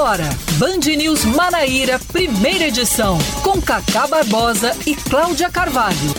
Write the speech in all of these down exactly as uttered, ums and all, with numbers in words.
agora, Band News Manaíra, primeira edição, com Cacá Barbosa e Cláudia Carvalho.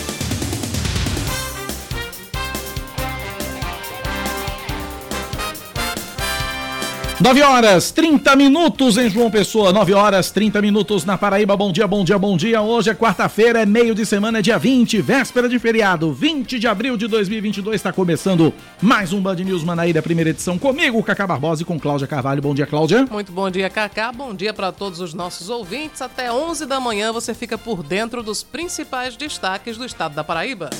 nove horas, trinta minutos em João Pessoa, nove horas, trinta minutos na Paraíba. Bom dia, bom dia, bom dia. Hoje é quarta-feira, é meio de semana, é dia vinte, véspera de feriado, vinte de abril de dois mil e vinte e dois. Está começando mais um Band News Manaíra, primeira edição, comigo, Cacá Barbosa, e com Cláudia Carvalho. Bom dia, Cláudia. Muito bom dia, Cacá. Bom dia para todos os nossos ouvintes. Até onze da manhã você fica por dentro dos principais destaques do estado da Paraíba.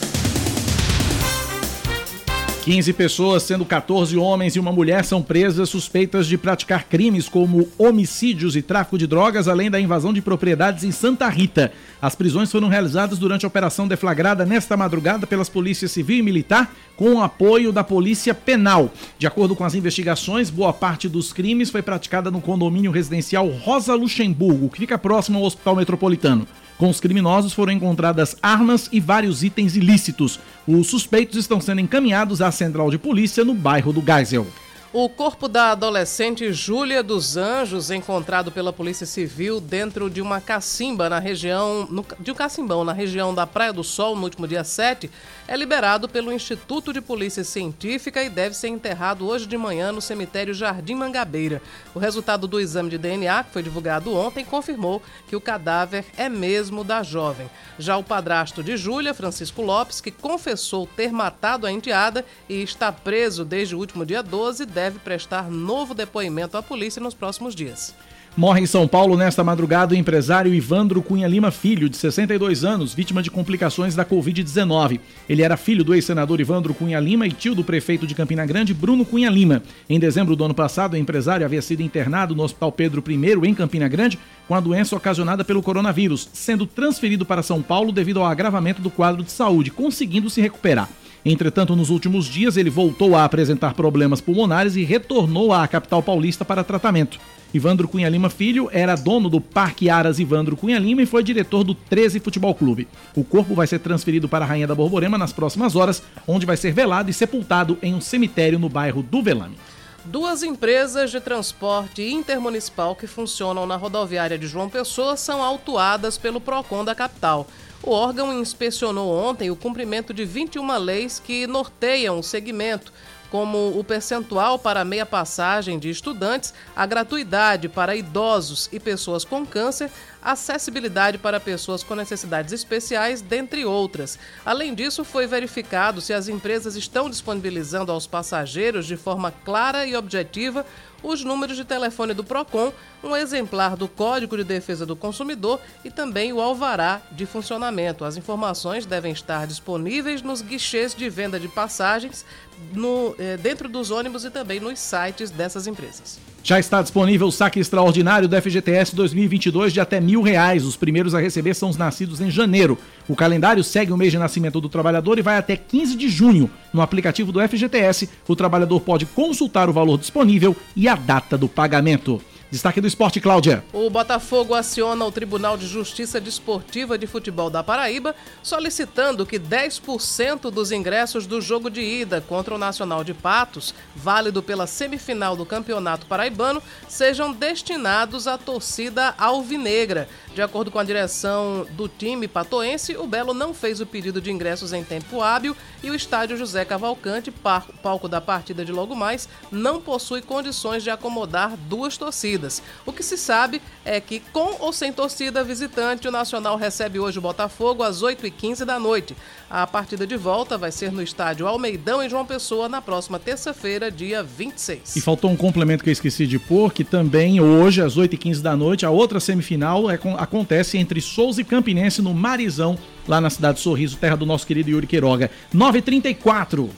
quinze pessoas, sendo quatorze homens e uma mulher, são presas suspeitas de praticar crimes como homicídios e tráfico de drogas, além da invasão de propriedades em Santa Rita. As prisões foram realizadas durante a operação deflagrada nesta madrugada pelas polícias civil e militar, com o apoio da Polícia Penal. De acordo com as investigações, boa parte dos crimes foi praticada no condomínio residencial Rosa Luxemburgo, que fica próximo ao Hospital Metropolitano. Com os criminosos foram encontradas armas e vários itens ilícitos. Os suspeitos estão sendo encaminhados à central de polícia no bairro do Geisel. O corpo da adolescente Júlia dos Anjos, encontrado pela Polícia Civil dentro de uma cacimba na região, no, de um cacimbão na região da Praia do Sol no último dia sete, é liberado pelo Instituto de Polícia Científica e deve ser enterrado hoje de manhã no cemitério Jardim Mangabeira. O resultado do exame de D N A, que foi divulgado ontem, confirmou que o cadáver é mesmo da jovem. Já o padrasto de Júlia, Francisco Lopes, que confessou ter matado a enteada e está preso desde o último dia doze, deve prestar novo depoimento à polícia nos próximos dias. Morre em São Paulo nesta madrugada o empresário Ivandro Cunha Lima Filho, de sessenta e dois anos, vítima de complicações da covid dezenove. Ele era filho do ex-senador Ivandro Cunha Lima e tio do prefeito de Campina Grande, Bruno Cunha Lima. Em dezembro do ano passado, o empresário havia sido internado no Hospital Pedro I, em Campina Grande, com a doença ocasionada pelo coronavírus, sendo transferido para São Paulo devido ao agravamento do quadro de saúde, conseguindo se recuperar. Entretanto, nos últimos dias, ele voltou a apresentar problemas pulmonares e retornou à capital paulista para tratamento. Ivandro Cunha Lima Filho era dono do Parque Aras Ivandro Cunha Lima e foi diretor do treze Futebol Clube. O corpo vai ser transferido para a Rainha da Borborema nas próximas horas, onde vai ser velado e sepultado em um cemitério no bairro do Velame. Duas empresas de transporte intermunicipal que funcionam na rodoviária de João Pessoa são autuadas pelo PROCON da capital. O órgão inspecionou ontem o cumprimento de vinte e uma leis que norteiam o segmento, como o percentual para meia passagem de estudantes, a gratuidade para idosos e pessoas com câncer, acessibilidade para pessoas com necessidades especiais, dentre outras. Além disso, foi verificado se as empresas estão disponibilizando aos passageiros de forma clara e objetiva os números de telefone do PROCON, um exemplar do Código de Defesa do Consumidor e também o alvará de funcionamento. As informações devem estar disponíveis nos guichês de venda de passagens, no, eh, dentro dos ônibus e também nos sites dessas empresas. Já está disponível o saque extraordinário do F G T S dois mil e vinte e dois de até mil reais. Os primeiros a receber são os nascidos em janeiro. O calendário segue o mês de nascimento do trabalhador e vai até quinze de junho. No aplicativo do F G T S, o trabalhador pode consultar o valor disponível e a data do pagamento. Destaque do esporte, Cláudia. O Botafogo aciona o Tribunal de Justiça Desportiva de Futebol da Paraíba, solicitando que dez por cento dos ingressos do jogo de ida contra o Nacional de Patos, válido pela semifinal do Campeonato Paraibano, sejam destinados à torcida alvinegra. De acordo com a direção do time patoense, o Belo não fez o pedido de ingressos em tempo hábil e o estádio José Cavalcante, palco da partida de logo mais, não possui condições de acomodar duas torcidas. O que se sabe é que, com ou sem torcida visitante, o Nacional recebe hoje o Botafogo às oito e quinze da noite. A partida de volta vai ser no estádio Almeidão, em João Pessoa, na próxima terça-feira, dia vinte e seis. E faltou um complemento que eu esqueci de pôr, que também hoje, às oito e quinze da noite, a outra semifinal é, acontece entre Souza e Campinense, no Marizão, lá na cidade de Sorriso, terra do nosso querido Yuri Queiroga. nove e trinta e quatro.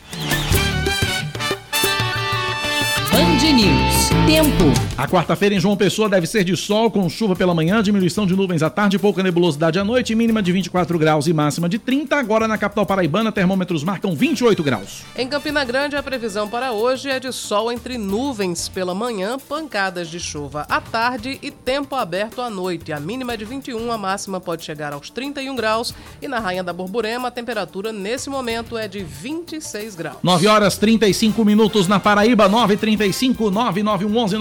Band News. Tempo. A quarta-feira em João Pessoa deve ser de sol, com chuva pela manhã, diminuição de nuvens à tarde, pouca nebulosidade à noite, mínima de vinte e quatro graus e máxima de trinta. Agora na capital paraibana, termômetros marcam vinte e oito graus. Em Campina Grande, a previsão para hoje é de sol entre nuvens pela manhã, pancadas de chuva à tarde e tempo aberto à noite. A mínima é de vinte e um, a máxima pode chegar aos trinta e um graus. E na Rainha da Borborema, a temperatura nesse momento é de vinte e seis graus. nove horas e trinta e cinco minutos na Paraíba, nove e trinta e cinco, nove nove um um, nove dois zero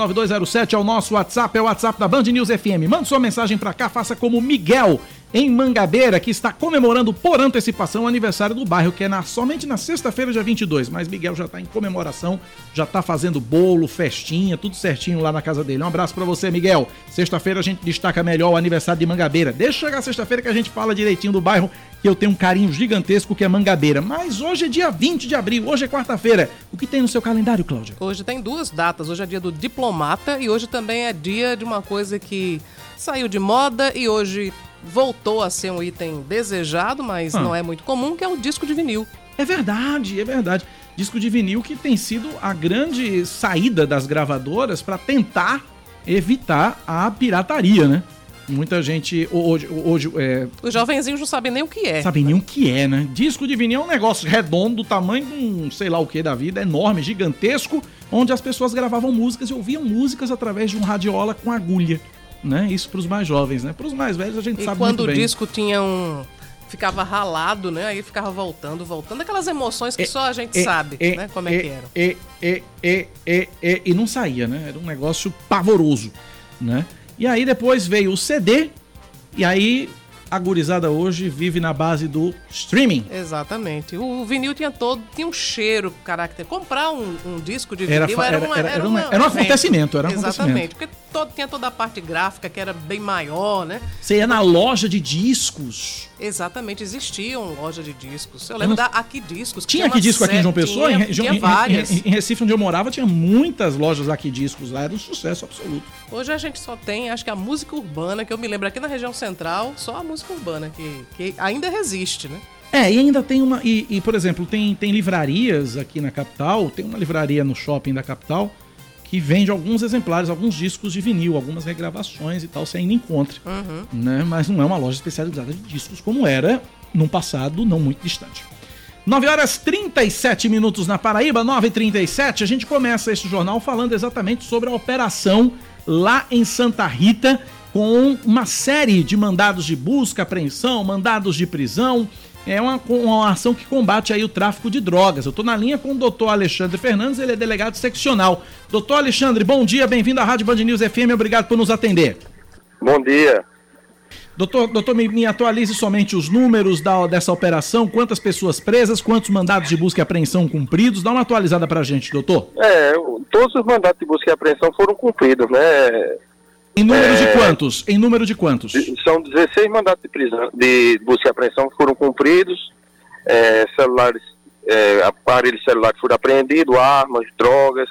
sete é o nosso WhatsApp, é o WhatsApp da Band News F M. Manda sua mensagem pra cá, faça como Miguel, em Mangabeira, que está comemorando por antecipação o aniversário do bairro, que é na, somente na sexta-feira, dia vinte e dois. Mas Miguel já está em comemoração, já está fazendo bolo, festinha, tudo certinho lá na casa dele. Um abraço para você, Miguel. Sexta-feira a gente destaca melhor o aniversário de Mangabeira. Deixa chegar sexta-feira que a gente fala direitinho do bairro, que eu tenho um carinho gigantesco, que é Mangabeira. Mas hoje é dia vinte de abril, hoje é quarta-feira. O que tem no seu calendário, Cláudia? Hoje tem duas datas. Hoje é dia do diplomata e hoje também é dia de uma coisa que saiu de moda e hoje voltou a ser um item desejado, mas ah. não é muito comum, que é o disco de vinil. É verdade, é verdade. Disco de vinil que tem sido a grande saída das gravadoras para tentar evitar a pirataria, né? Muita gente hoje... hoje é... Os jovenzinhos não sabem nem o que é. Sabem nem o que é, né? Disco de vinil é um negócio redondo, do tamanho de um sei lá o que da vida, enorme, gigantesco, onde as pessoas gravavam músicas e ouviam músicas através de um radiola com agulha. Né? Isso para os mais jovens, né? Para os mais velhos a gente e sabe muito bem. E quando o disco tinha um... ficava ralado, né? Aí ficava voltando, voltando. Aquelas emoções que é, só a gente é, sabe, é, né? Como é, é que era. É, é, é, é, é, e não saía, né? Era um negócio pavoroso, né? E aí depois veio o C D, e aí a gurizada hoje vive na base do streaming. Exatamente. O vinil tinha todo, tinha um cheiro, caráter. Comprar um, um disco de era, vinil era, era, uma, era, era, uma, era um acontecimento. Era um Exatamente, acontecimento. porque todo, tinha toda a parte gráfica que era bem maior, né? Você ia na loja de discos. Exatamente, existiam loja de discos. Eu lembro eu não... da Aqui Discos. Tinha Aqui Disco aqui em João Pessoa? Tinha, em, tinha em, várias. Em, em Recife, onde eu morava, tinha muitas lojas Aqui Discos lá. Era um sucesso absoluto. Hoje a gente só tem, acho que a música urbana, que eu me lembro aqui na região central, só a música urbana, que, que ainda resiste, né? É, e ainda tem uma... E, e por exemplo, tem, tem livrarias aqui na capital, tem uma livraria no shopping da capital que vende alguns exemplares, alguns discos de vinil, algumas regravações e tal, você ainda encontra. Uhum. Né? Mas não é uma loja especializada de discos como era num passado não muito distante. nove horas e trinta e sete minutos na Paraíba, nove e trinta e sete, a gente começa este jornal falando exatamente sobre a operação lá em Santa Rita, com uma série de mandados de busca, apreensão, mandados de prisão. É uma, uma ação que combate aí o tráfico de drogas. Eu estou na linha com o doutor Alexandre Fernandes, ele é delegado seccional. Doutor Alexandre, bom dia, bem-vindo à Rádio Band News F M, obrigado por nos atender. Bom dia. Doutor, doutor me, me atualize somente os números da, dessa operação, quantas pessoas presas, quantos mandados de busca e apreensão cumpridos, dá uma atualizada pra gente, doutor. É, todos os mandados de busca e apreensão foram cumpridos, né? Em número é, de quantos? Em número de quantos? São dezesseis mandatos de prisão, de busca e apreensão que foram cumpridos, é, celulares, é, aparelhos celulares foram apreendidos, armas, drogas.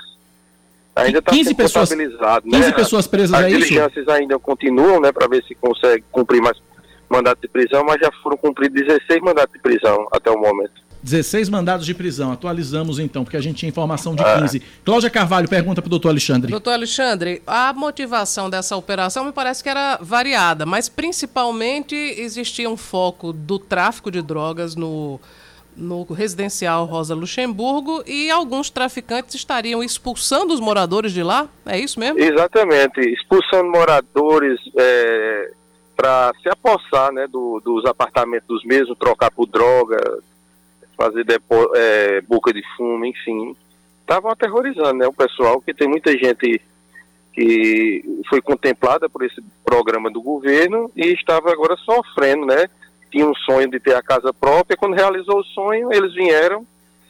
Ainda está sendo pessoas, contabilizado, né? quinze pessoas presas, As é isso? As diligências ainda continuam, né, para ver se consegue cumprir mais mandatos de prisão, mas já foram cumpridos dezesseis mandatos de prisão até o momento. dezesseis mandados de prisão, atualizamos então, porque a gente tinha informação de quinze. É. Cláudia Carvalho pergunta para o doutor Alexandre. Doutor Alexandre, a motivação dessa operação me parece que era variada, mas principalmente existia um foco do tráfico de drogas no... no residencial Rosa Luxemburgo, e alguns traficantes estariam expulsando os moradores de lá? É isso mesmo? Exatamente, expulsando moradores é, para se apossar, né, do, dos apartamentos dos mesmos, trocar por droga, fazer depo, é, boca de fumo, enfim. Estavam aterrorizando, né, o pessoal, que tem muita gente que foi contemplada por esse programa do governo e estava agora sofrendo, né? Tinha um sonho de ter a casa própria, quando realizou o sonho, eles vieram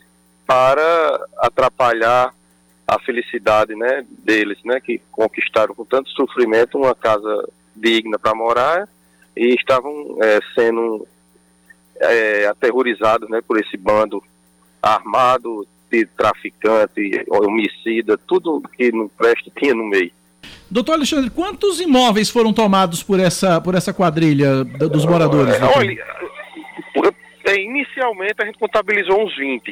para atrapalhar a felicidade, né, deles, né, que conquistaram com tanto sofrimento uma casa digna para morar e estavam é, sendo é, aterrorizados, né, por esse bando armado de traficante, homicida, tudo que não presta tinha no meio. Doutor Alexandre, quantos imóveis foram tomados por essa, por essa quadrilha dos moradores? É, olha, inicialmente a gente contabilizou uns vinte.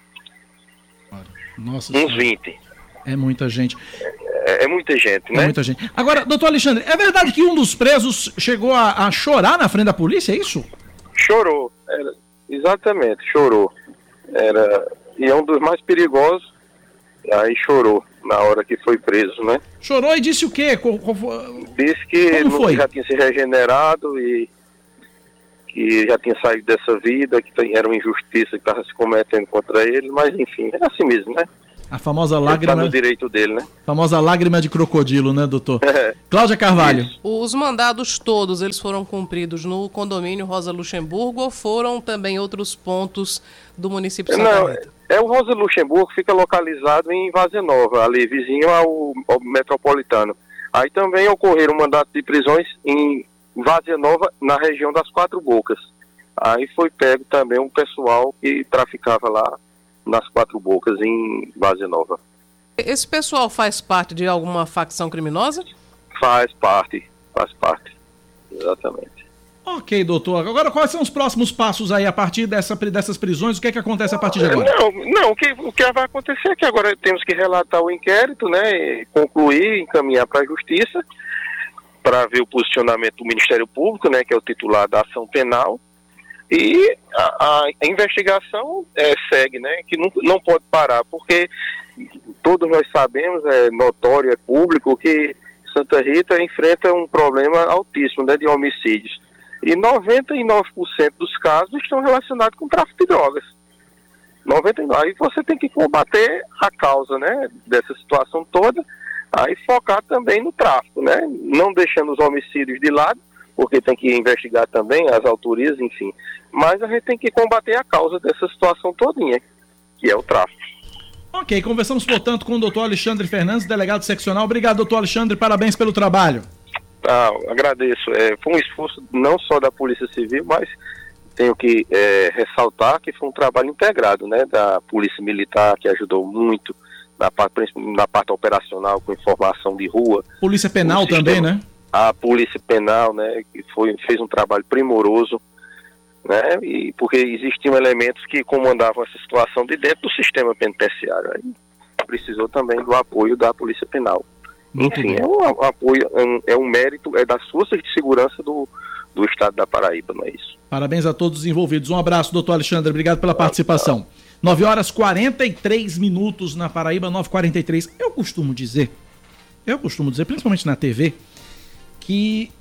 Nossa uns senhora. vinte. É muita gente. É, é muita gente, né? É muita gente. Agora, doutor Alexandre, é verdade que um dos presos chegou a, a chorar na frente da polícia, é isso? Chorou. Era, exatamente, chorou. Era, e é um dos mais perigosos. Aí chorou na hora que foi preso, né? Chorou e disse o quê? Co- co- disse que Como foi? já tinha se regenerado e que já tinha saído dessa vida, que era uma injustiça que estava se cometendo contra ele, mas enfim, é assim mesmo, né? A famosa Ele lágrima... tá no direito dele, né? Famosa lágrima de crocodilo, né, doutor? Cláudia Carvalho. Isso. Os mandados todos, eles foram cumpridos no condomínio Rosa Luxemburgo ou foram também outros pontos do município de Santa Não, Rita? é o Rosa Luxemburgo, fica localizado em Várzea Nova, ali vizinho ao, ao Metropolitano. Aí também ocorreram mandatos de prisões em Várzea Nova, na região das Quatro Bocas. Aí foi pego também um pessoal que traficava lá nas Quatro Bocas, em Várzea Nova. Esse pessoal faz parte de alguma facção criminosa? Faz parte, faz parte, exatamente. Ok, doutor. Agora, quais são os próximos passos aí a partir dessa, dessas prisões? O que é que acontece a partir de agora? Não, não o, que, o que vai acontecer é que agora temos que relatar o inquérito, né, concluir, encaminhar para a Justiça, para ver o posicionamento do Ministério Público, né, que é o titular da ação penal. E a, a investigação é, segue, né, que não, não pode parar, porque todos nós sabemos, é notório, é público, que Santa Rita enfrenta um problema altíssimo, né, de homicídios. E noventa e nove por cento dos casos estão relacionados com tráfico de drogas. noventa e nove por cento. Aí você tem que combater a causa, né, dessa situação toda, aí focar também no tráfico, né, não deixando os homicídios de lado, porque tem que investigar também as autorias, enfim. Mas a gente tem que combater a causa dessa situação todinha, que é o tráfico. Ok, conversamos, portanto, com o doutor Alexandre Fernandes, delegado seccional. Obrigado, doutor Alexandre, parabéns pelo trabalho. Ah, agradeço. É, foi um esforço não só da Polícia Civil, mas tenho que é, ressaltar que foi um trabalho integrado, né, da Polícia Militar, que ajudou muito na parte, na parte operacional, com informação de rua. Polícia Penal também, né? A Polícia Penal, né, que foi, fez um trabalho primoroso, né, e porque existiam elementos que comandavam essa situação de dentro do sistema penitenciário. Aí precisou também do apoio da Polícia Penal. Muito Enfim, bem. é um apoio, é um, é um mérito, é das forças de segurança do, do Estado da Paraíba, não é isso? Parabéns a todos os envolvidos. Um abraço, doutor Alexandre, obrigado pela participação. nove horas e quarenta e três minutos na Paraíba, nove e quarenta e três. Eu costumo dizer, eu costumo dizer, principalmente na T V, que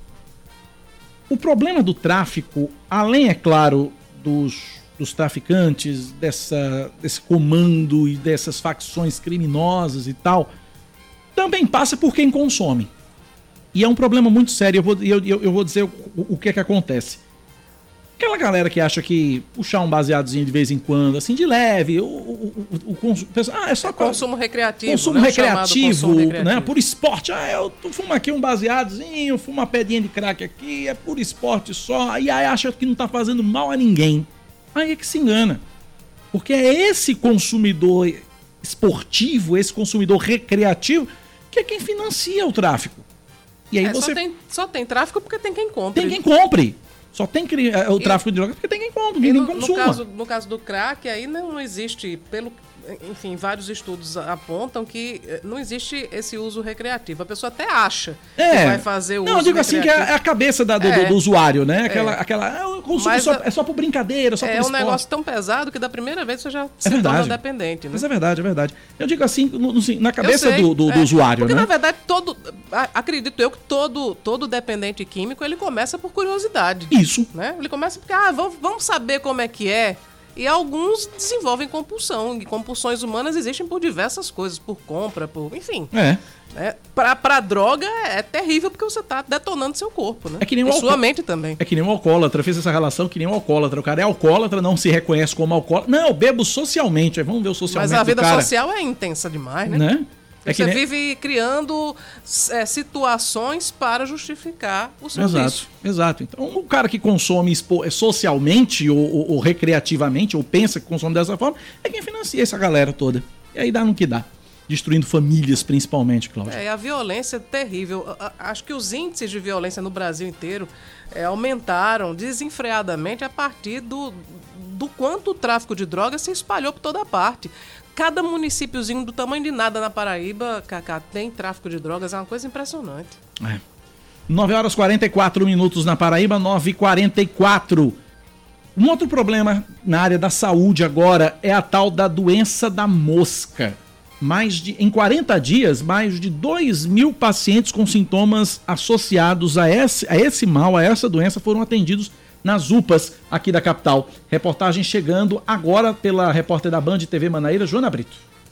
o problema do tráfico, além, é claro, dos, dos traficantes, dessa, desse comando e dessas facções criminosas e tal, também passa por quem consome. E é um problema muito sério. Eu vou, eu, eu, eu vou dizer o, o que é que acontece. Aquela galera que acha que puxar um baseadozinho de vez em quando, assim, de leve, o, o, o, o consumo, ah, é só consumo recreativo, consumo, né? recreativo, consumo recreativo, né? Por esporte. Ah, eu fumo aqui um baseadozinho, fumo uma pedinha de crack aqui, é por esporte só. E aí acha que não tá fazendo mal a ninguém. Aí é que se engana. Porque é esse consumidor esportivo, esse consumidor recreativo, que é quem financia o tráfico. E aí é, você... só, tem, só tem tráfico porque tem quem compre. Tem quem compre. Só tem cri... o tráfico e... de drogas porque tem quem compra, ninguém no, consuma. No caso, no caso do crack, aí não existe, pelo, enfim, vários estudos apontam que não existe esse uso recreativo. A pessoa até acha é. que vai fazer o não, uso Não, eu digo assim que é a cabeça da, do, é. do, do usuário, né? Aquela, é. aquela ah, o consumo só, a, é só por brincadeira, só por É esporte. Um negócio tão pesado que da primeira vez você já é se verdade. torna dependente. Né? Mas é verdade, é verdade. Eu digo assim, no, no, na cabeça sei, do, do, é. do usuário, Porque, né? na verdade, todo, acredito eu que todo, todo dependente químico, ele começa por curiosidade. Isso. Né? Ele começa porque, ah, vamos, vamos saber como é que é. E alguns desenvolvem compulsão. E compulsões humanas existem por diversas coisas, por compra, por... enfim. É. É, pra, pra droga é terrível porque você tá detonando seu corpo, né? É que nem um e alco... sua mente também. É que nem um alcoólatra, fez essa relação que nem um alcoólatra. O cara é alcoólatra, não se reconhece como alcoólatra. Não, eu bebo socialmente. Vamos ver o socialmente Mas a vida do cara. social é intensa demais, né? né? É Você nem... vive criando é, situações para justificar o seu Exato, vício. exato. Então, o cara que consome socialmente ou, ou, ou recreativamente, ou pensa que consome dessa forma, é quem financia essa galera toda. E aí dá no que dá. Destruindo famílias, principalmente, Cláudio. É, e a violência é terrível. Acho que os índices de violência no Brasil inteiro é, aumentaram desenfreadamente a partir do, do quanto o tráfico de drogas se espalhou por toda parte. Cada municípiozinho do tamanho de nada na Paraíba, Cacá, tem tráfico de drogas, é uma coisa impressionante. É. nove horas e quarenta e quatro minutos na Paraíba, nove e quarenta e quatro. Um outro problema na área da saúde agora é a tal da doença da mosca. Mais de, em quarenta dias, mais de dois mil pacientes com sintomas associados a esse, a esse mal, a essa doença, foram atendidos nas U P As aqui da capital. Reportagem chegando agora pela repórter da Band T V Manaíra, Joana Brito.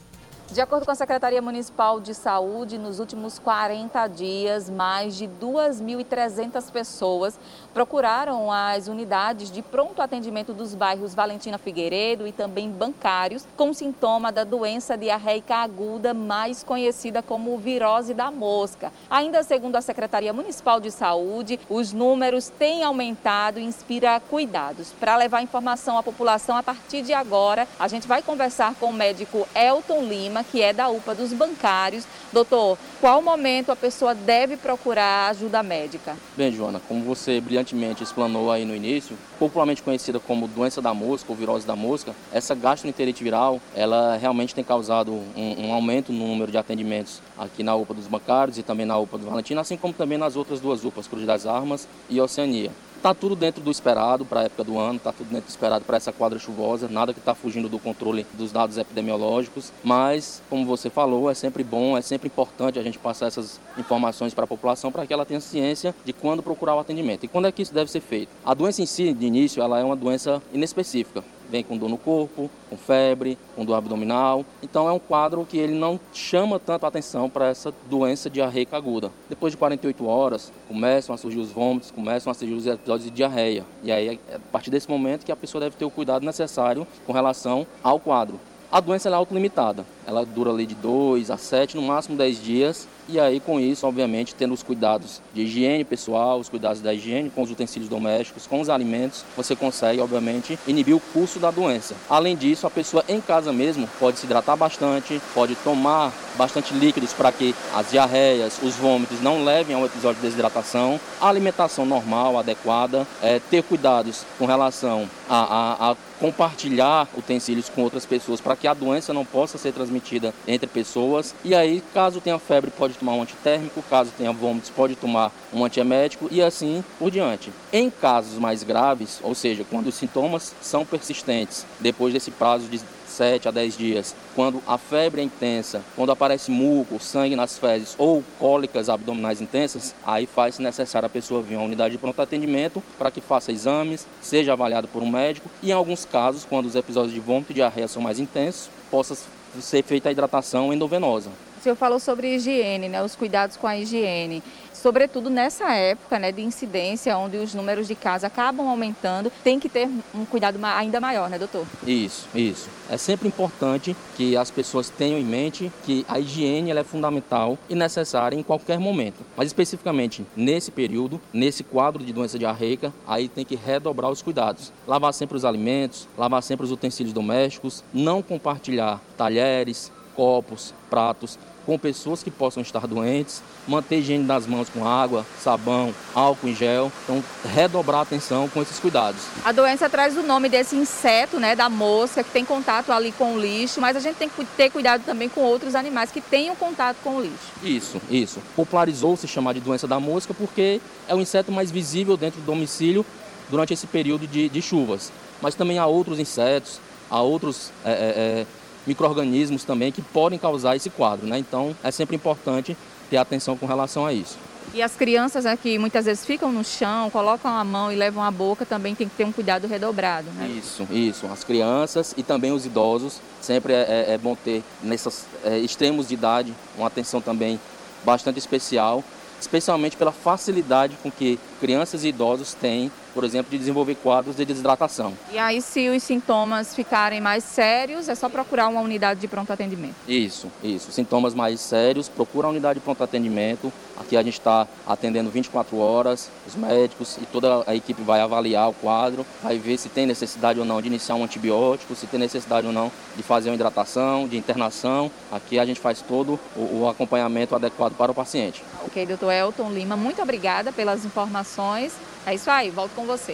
De acordo com a Secretaria Municipal de Saúde, nos últimos quarenta dias, mais de duas mil e trezentas pessoas procuraram as unidades de pronto atendimento dos bairros Valentina Figueiredo e também Bancários, com sintoma da doença diarreica aguda, mais conhecida como virose da mosca. Ainda segundo a Secretaria Municipal de Saúde, os números têm aumentado e inspira cuidados. Para levar informação à população, a partir de agora, a gente vai conversar com o médico Elton Lima, que é da U P A dos Bancários. Doutor, qual momento a pessoa deve procurar ajuda médica? Bem, Joana, como você brilhantemente explanou aí no início, popularmente conhecida como doença da mosca ou virose da mosca, essa gastroenterite viral, ela realmente tem causado um, um aumento no número de atendimentos aqui na U P A dos Bancários e também na U P A do Valentina, assim como também nas outras duas U P As, Cruz das Armas e Oceania. Está tudo dentro do esperado para a época do ano, está tudo dentro do esperado para essa quadra chuvosa, nada que está fugindo do controle dos dados epidemiológicos, mas, como você falou, é sempre bom, é sempre importante a gente passar essas informações para a população para que ela tenha ciência de quando procurar o atendimento e quando é que isso deve ser feito. A doença em si, de início, ela é uma doença inespecífica. Vem com dor no corpo, com febre, com dor abdominal. Então é um quadro que ele não chama tanto a atenção para essa doença diarreica aguda. Depois de quarenta e oito horas, começam a surgir os vômitos, começam a surgir os episódios de diarreia. E aí é a partir desse momento que a pessoa deve ter o cuidado necessário com relação ao quadro. A doença ela é autolimitada, ela dura ali de dois a sete, no máximo dez dias, e aí com isso, obviamente, tendo os cuidados de higiene pessoal, os cuidados da higiene com os utensílios domésticos, com os alimentos, você consegue, obviamente, inibir o curso da doença. Além disso, a pessoa em casa mesmo pode se hidratar bastante, pode tomar bastante líquidos para que as diarreias, os vômitos não levem a um episódio de desidratação, a alimentação normal, adequada, é, ter cuidados com relação a, a, a compartilhar utensílios com outras pessoas para que a doença não possa ser transmitida entre pessoas. E aí, caso tenha febre, pode tomar um antitérmico, caso tenha vômitos, pode tomar um antiemético e assim por diante. Em casos mais graves, ou seja, quando os sintomas são persistentes, depois desse prazo de sete a dez dias, quando a febre é intensa, quando aparece muco, sangue nas fezes ou cólicas abdominais intensas, aí faz-se necessário a pessoa vir à unidade de pronto atendimento para que faça exames, seja avaliado por um médico e, em alguns casos, quando os episódios de vômito e diarreia são mais intensos, possa ser feita a hidratação endovenosa. O senhor falou sobre higiene, né, os cuidados com a higiene, sobretudo nessa época, né, de incidência, onde os números de casos acabam aumentando, tem que ter um cuidado ainda maior, né, doutor? Isso, isso. É sempre importante que as pessoas tenham em mente que a higiene ela é fundamental e necessária em qualquer momento. Mas especificamente nesse período, nesse quadro de doença diarreica, aí tem que redobrar os cuidados. Lavar sempre os alimentos, lavar sempre os utensílios domésticos, não compartilhar talheres, copos, pratos com pessoas que possam estar doentes, manter a higiene das mãos com água, sabão, álcool em gel, então redobrar a atenção com esses cuidados. A doença traz o nome desse inseto, né, da mosca, que tem contato ali com o lixo, mas a gente tem que ter cuidado também com outros animais que tenham contato com o lixo. Isso, isso. Popularizou-se chamar de doença da mosca porque é o inseto mais visível dentro do domicílio durante esse período de, de chuvas. Mas também há outros insetos, há outros é, é, micro-organismos também que podem causar esse quadro, né? Então é sempre importante ter atenção com relação a isso. E as crianças aqui muitas vezes ficam no chão, colocam a mão e levam a boca, também tem que ter um cuidado redobrado, né? Isso, isso. As crianças e também os idosos, sempre é, é bom ter nesses é, extremos de idade uma atenção também bastante especial, especialmente pela facilidade com que crianças e idosos têm, por exemplo, de desenvolver quadros de desidratação. E aí, se os sintomas ficarem mais sérios, é só procurar uma unidade de pronto atendimento? Isso, isso. Sintomas mais sérios, procura a unidade de pronto atendimento. Aqui a gente está atendendo vinte e quatro horas, os médicos e toda a equipe vai avaliar o quadro, vai ver se tem necessidade ou não de iniciar um antibiótico, se tem necessidade ou não de fazer uma hidratação, de internação. Aqui a gente faz todo o, o acompanhamento adequado para o paciente. Ok, doutor Elton Lima, muito obrigada pelas informações. É isso aí, volto com você.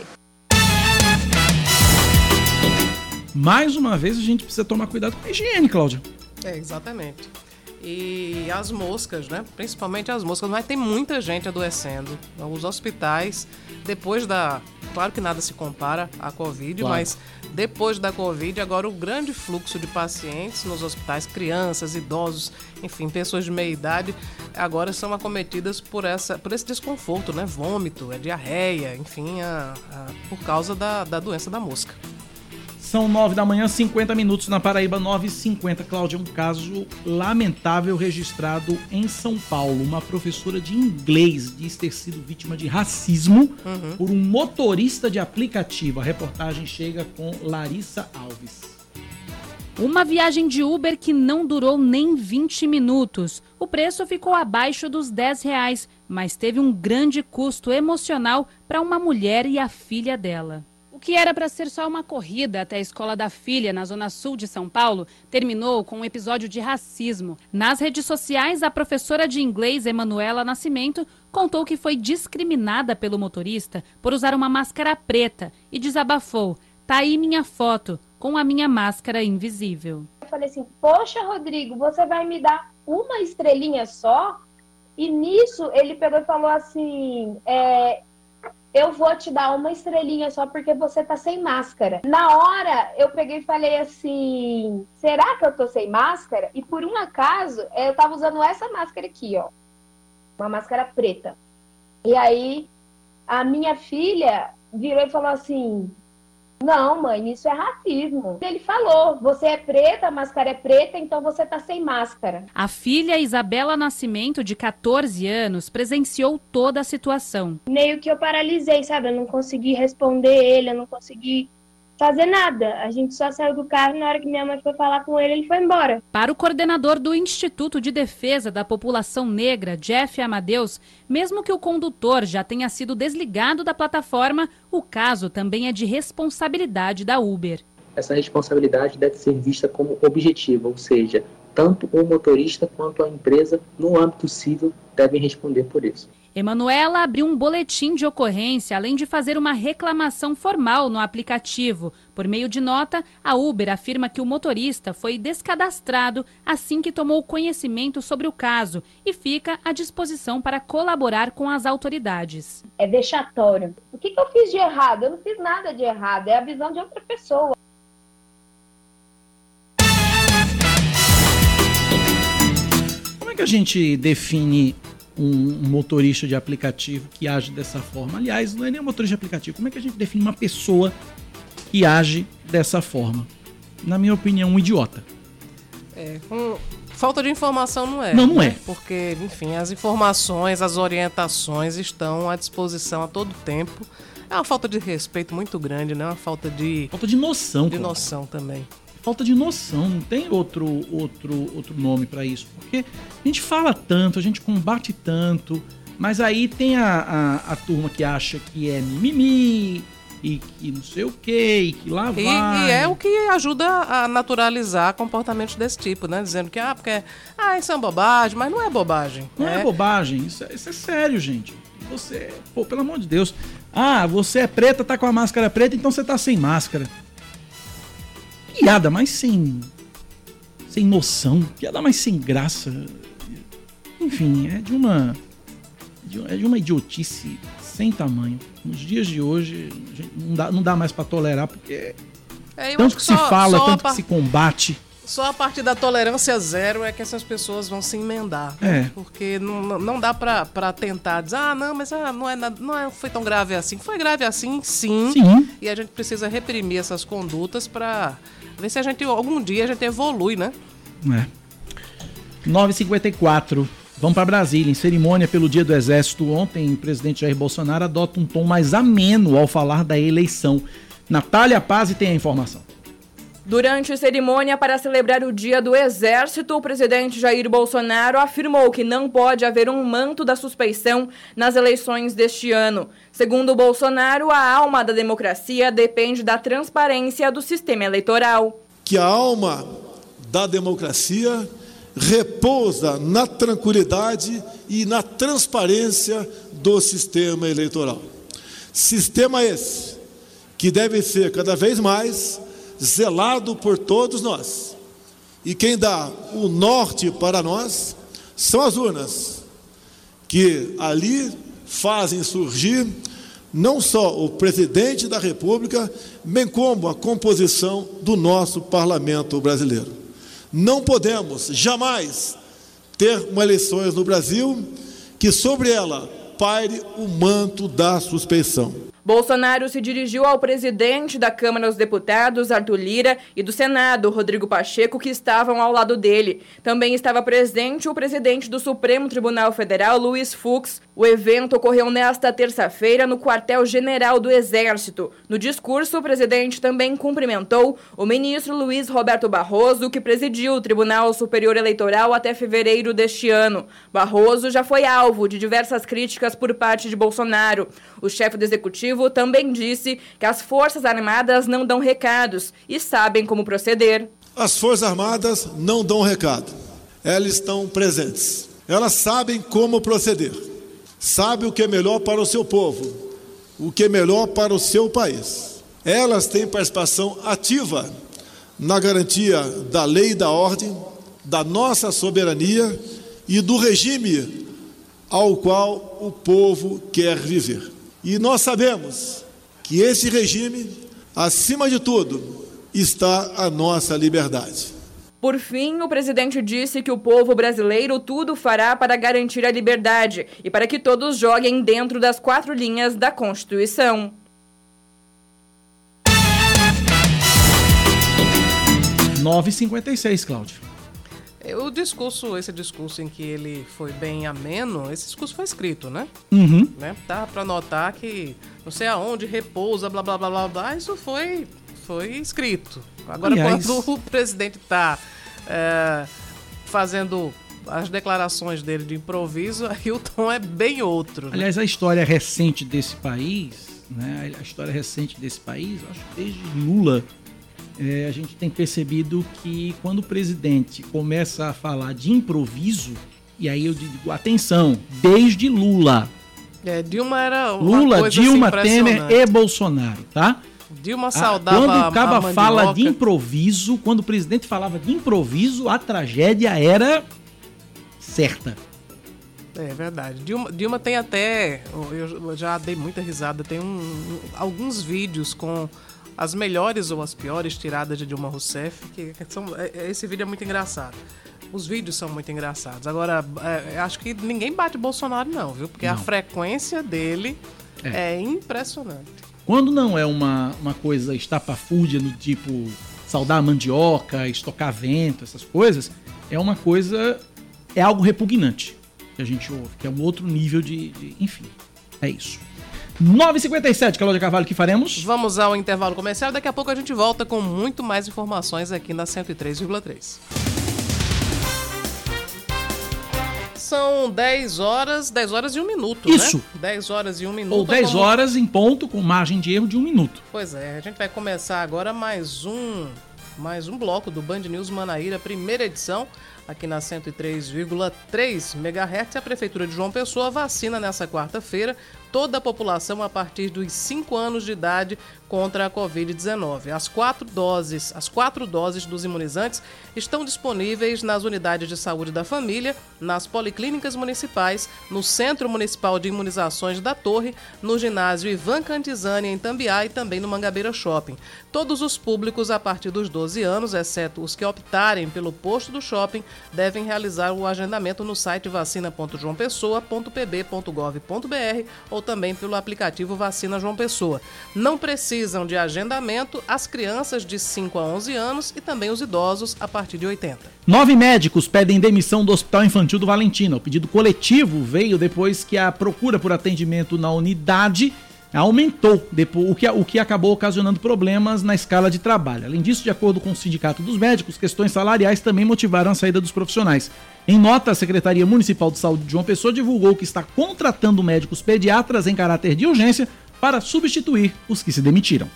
Mais uma vez a gente precisa tomar cuidado com a higiene, Cláudia. É, exatamente. E as moscas, né? Principalmente as moscas, mas tem muita gente adoecendo. Os hospitais, depois da... Claro que nada se compara à Covid, claro. Mas depois da Covid, agora o grande fluxo de pacientes nos hospitais, crianças, idosos, enfim, pessoas de meia idade, agora são acometidas por, essa, por esse desconforto, né? Vômito, é diarreia, enfim, a, a, por causa da, da doença da mosca. São nove da manhã, cinquenta minutos na Paraíba, nove e cinquenta. Cláudia, um caso lamentável registrado em São Paulo. Uma professora de inglês diz ter sido vítima de racismo uhum. por um motorista de aplicativo. A reportagem chega com Larissa Alves. Uma viagem de Uber que não durou nem vinte minutos. O preço ficou abaixo dos dez reais, mas teve um grande custo emocional para uma mulher e a filha dela. O que era para ser só uma corrida até a escola da filha, na zona sul de São Paulo, terminou com um episódio de racismo. Nas redes sociais, a professora de inglês, Emanuela Nascimento, contou que foi discriminada pelo motorista por usar uma máscara preta e desabafou: "Tá aí minha foto, com a minha máscara invisível." Eu falei assim: "Poxa, Rodrigo, você vai me dar uma estrelinha só?" E nisso ele pegou e falou assim... É... eu vou te dar uma estrelinha só porque você tá sem máscara. Na hora, eu peguei e falei assim, será que eu tô sem máscara? E por um acaso, eu tava usando essa máscara aqui, ó. Uma máscara preta. E aí, a minha filha virou e falou assim, não, mãe, isso é racismo. Ele falou, você é preta, a máscara é preta, então você tá sem máscara. A filha Isabela Nascimento, de catorze anos, presenciou toda a situação. Meio que eu paralisei, sabe? Eu não consegui responder ele, eu não consegui fazer nada. A gente só saiu do carro e na hora que minha mãe foi falar com ele, ele foi embora. Para o coordenador do Instituto de Defesa da População Negra, Jeff Amadeus, mesmo que o condutor já tenha sido desligado da plataforma, o caso também é de responsabilidade da Uber. Essa responsabilidade deve ser vista como objetiva, ou seja, tanto o motorista quanto a empresa, no âmbito civil, devem responder por isso. Emanuela abriu um boletim de ocorrência, além de fazer uma reclamação formal no aplicativo. Por meio de nota, a Uber afirma que o motorista foi descadastrado assim que tomou conhecimento sobre o caso e fica à disposição para colaborar com as autoridades. É vexatório. O que, que eu fiz de errado? Eu não fiz nada de errado, é a visão de outra pessoa. Como é que a gente define um motorista de aplicativo que age dessa forma? Aliás, não é nem um motorista de aplicativo. Como é que a gente define uma pessoa que age dessa forma? Na minha opinião, um idiota. É, com falta de informação não é. Não, não né? é. Porque, enfim, as informações, as orientações estão à disposição a todo tempo. É uma falta de respeito muito grande, né? Uma falta de... Falta de noção. De cara. noção também. Falta de noção, não tem outro, outro, outro nome para isso. Porque a gente fala tanto, a gente combate tanto, mas aí tem a, a, a turma que acha que é mimimi, e que não sei o quê, e que lá vai. E, e é o que ajuda a naturalizar comportamentos desse tipo, né? Dizendo que, ah, porque ah, isso é uma bobagem, mas não é bobagem. Não é, é bobagem, isso é, isso é sério, gente. Você, pô, pelo amor de Deus. Ah, você é preta, tá com a máscara preta, então você tá sem máscara. Piada mais sem, sem noção, piada mais sem graça. Enfim, é de uma, é de uma idiotice sem tamanho. Nos dias de hoje, não dá, não dá mais para tolerar, porque é, tanto que, que se só, fala, só tanto par... que se combate. Só a partir da tolerância zero é que essas pessoas vão se emendar. Né? É. Porque não, não dá pra, pra tentar dizer, ah, não, mas ah, não, é, não é, foi tão grave assim. Foi grave assim, sim. Sim. E a gente precisa reprimir essas condutas pra ver se a gente, algum dia, a gente evolui, né? É. nove e cinquenta e quatro. Vamos para Brasília. Em cerimônia pelo Dia do Exército ontem, o presidente Jair Bolsonaro adota um tom mais ameno ao falar da eleição. Natália Paz tem a informação. Durante a cerimônia para celebrar o Dia do Exército, o presidente Jair Bolsonaro afirmou que não pode haver um manto da suspeição nas eleições deste ano. Segundo Bolsonaro, a alma da democracia depende da transparência do sistema eleitoral. Que a alma da democracia repousa na tranquilidade e na transparência do sistema eleitoral. Sistema esse que deve ser cada vez mais zelado por todos nós. E quem dá o norte para nós são as urnas, que ali fazem surgir não só o presidente da República, bem como a composição do nosso parlamento brasileiro. Não podemos jamais ter uma eleições no Brasil que sobre ela paire o manto da suspeição. Bolsonaro se dirigiu ao presidente da Câmara dos Deputados, Arthur Lira, e do Senado, Rodrigo Pacheco, que estavam ao lado dele. Também estava presente o presidente do Supremo Tribunal Federal, Luiz Fux. O evento ocorreu nesta terça-feira no quartel-general do Exército. No discurso, o presidente também cumprimentou o ministro Luiz Roberto Barroso, que presidiu o Tribunal Superior Eleitoral até fevereiro deste ano. Barroso já foi alvo de diversas críticas por parte de Bolsonaro. O chefe do executivo também disse que as Forças Armadas não dão recados e sabem como proceder. As Forças Armadas não dão recado. Elas estão presentes. Elas sabem como proceder. Sabem o que é melhor para o seu povo, o que é melhor para o seu país. Elas têm participação ativa na garantia da lei e da ordem, da nossa soberania e do regime ao qual o povo quer viver. E nós sabemos que esse regime, acima de tudo, está a nossa liberdade. Por fim, o presidente disse que o povo brasileiro tudo fará para garantir a liberdade e para que todos joguem dentro das quatro linhas da Constituição. nove e cinquenta e seis, Cláudio. O discurso, esse discurso em que ele foi bem ameno, esse discurso foi escrito, né? Uhum. né? Dá pra notar que não sei aonde repousa, blá, blá, blá, blá, blá, isso foi, foi escrito. Agora, Aliás... quando o presidente tá é, fazendo as declarações dele de improviso, aí o tom é bem outro. Né? Aliás, a história recente desse país, né? A história recente desse país, acho que desde Lula, É, a gente tem percebido que quando o presidente começa a falar de improviso, e aí eu digo, atenção, desde Lula. É, Dilma era uma Lula, coisa Dilma, assim, Temer e Bolsonaro, tá? Dilma saudava Quando o Caba a fala de improviso, quando o presidente falava de improviso, a tragédia era certa. É verdade. Dilma, Dilma tem até, eu já dei muita risada, tem um, um, alguns vídeos com as melhores ou as piores tiradas de Dilma Rousseff, que são, esse vídeo é muito engraçado. Os vídeos são muito engraçados. Agora, é, acho que ninguém bate Bolsonaro não, viu? Porque não. A frequência dele é, é impressionante. Quando não é uma, uma coisa estapafúrdia do tipo saudar a mandioca, estocar vento, essas coisas, é uma coisa, é algo repugnante que a gente ouve, que é um outro nível de, de enfim, é isso. nove e cinquenta e sete, Cláudia Carvalho, que faremos? Vamos ao intervalo comercial. Daqui a pouco a gente volta com muito mais informações aqui na cento e três vírgula três. São dez horas, dez horas e um minuto, Isso. né? dez horas e um minuto. Ou dez como... horas em ponto, com margem de erro de um minuto. Pois é, a gente vai começar agora mais um, mais um bloco do Band News Manaíra, primeira edição, aqui na cento e três vírgula três megahertz. A Prefeitura de João Pessoa vacina nessa quarta-feira toda a população a partir dos cinco anos de idade contra a covid dezenove. As quatro doses, as quatro doses dos imunizantes estão disponíveis nas unidades de saúde da família, nas policlínicas municipais, no Centro Municipal de Imunizações da Torre, no ginásio Ivan Cantizani, em Tambiá, e também no Mangabeira Shopping. Todos os públicos a partir dos doze anos, exceto os que optarem pelo posto do shopping, devem realizar o agendamento no site vacina ponto joão pessoa ponto p b ponto gov ponto b r ou também pelo aplicativo Vacina João Pessoa. Não precisam de agendamento as crianças de cinco a onze anos e também os idosos a partir de oitenta. Nove médicos pedem demissão do Hospital Infantil do Valentina. O pedido coletivo veio depois que a procura por atendimento na unidade aumentou, depois, o, que, o que acabou ocasionando problemas na escala de trabalho. Além disso, de acordo com o Sindicato dos Médicos, questões salariais também motivaram a saída dos profissionais. Em nota, a Secretaria Municipal de Saúde de João Pessoa divulgou que está contratando médicos pediatras em caráter de urgência para substituir os que se demitiram.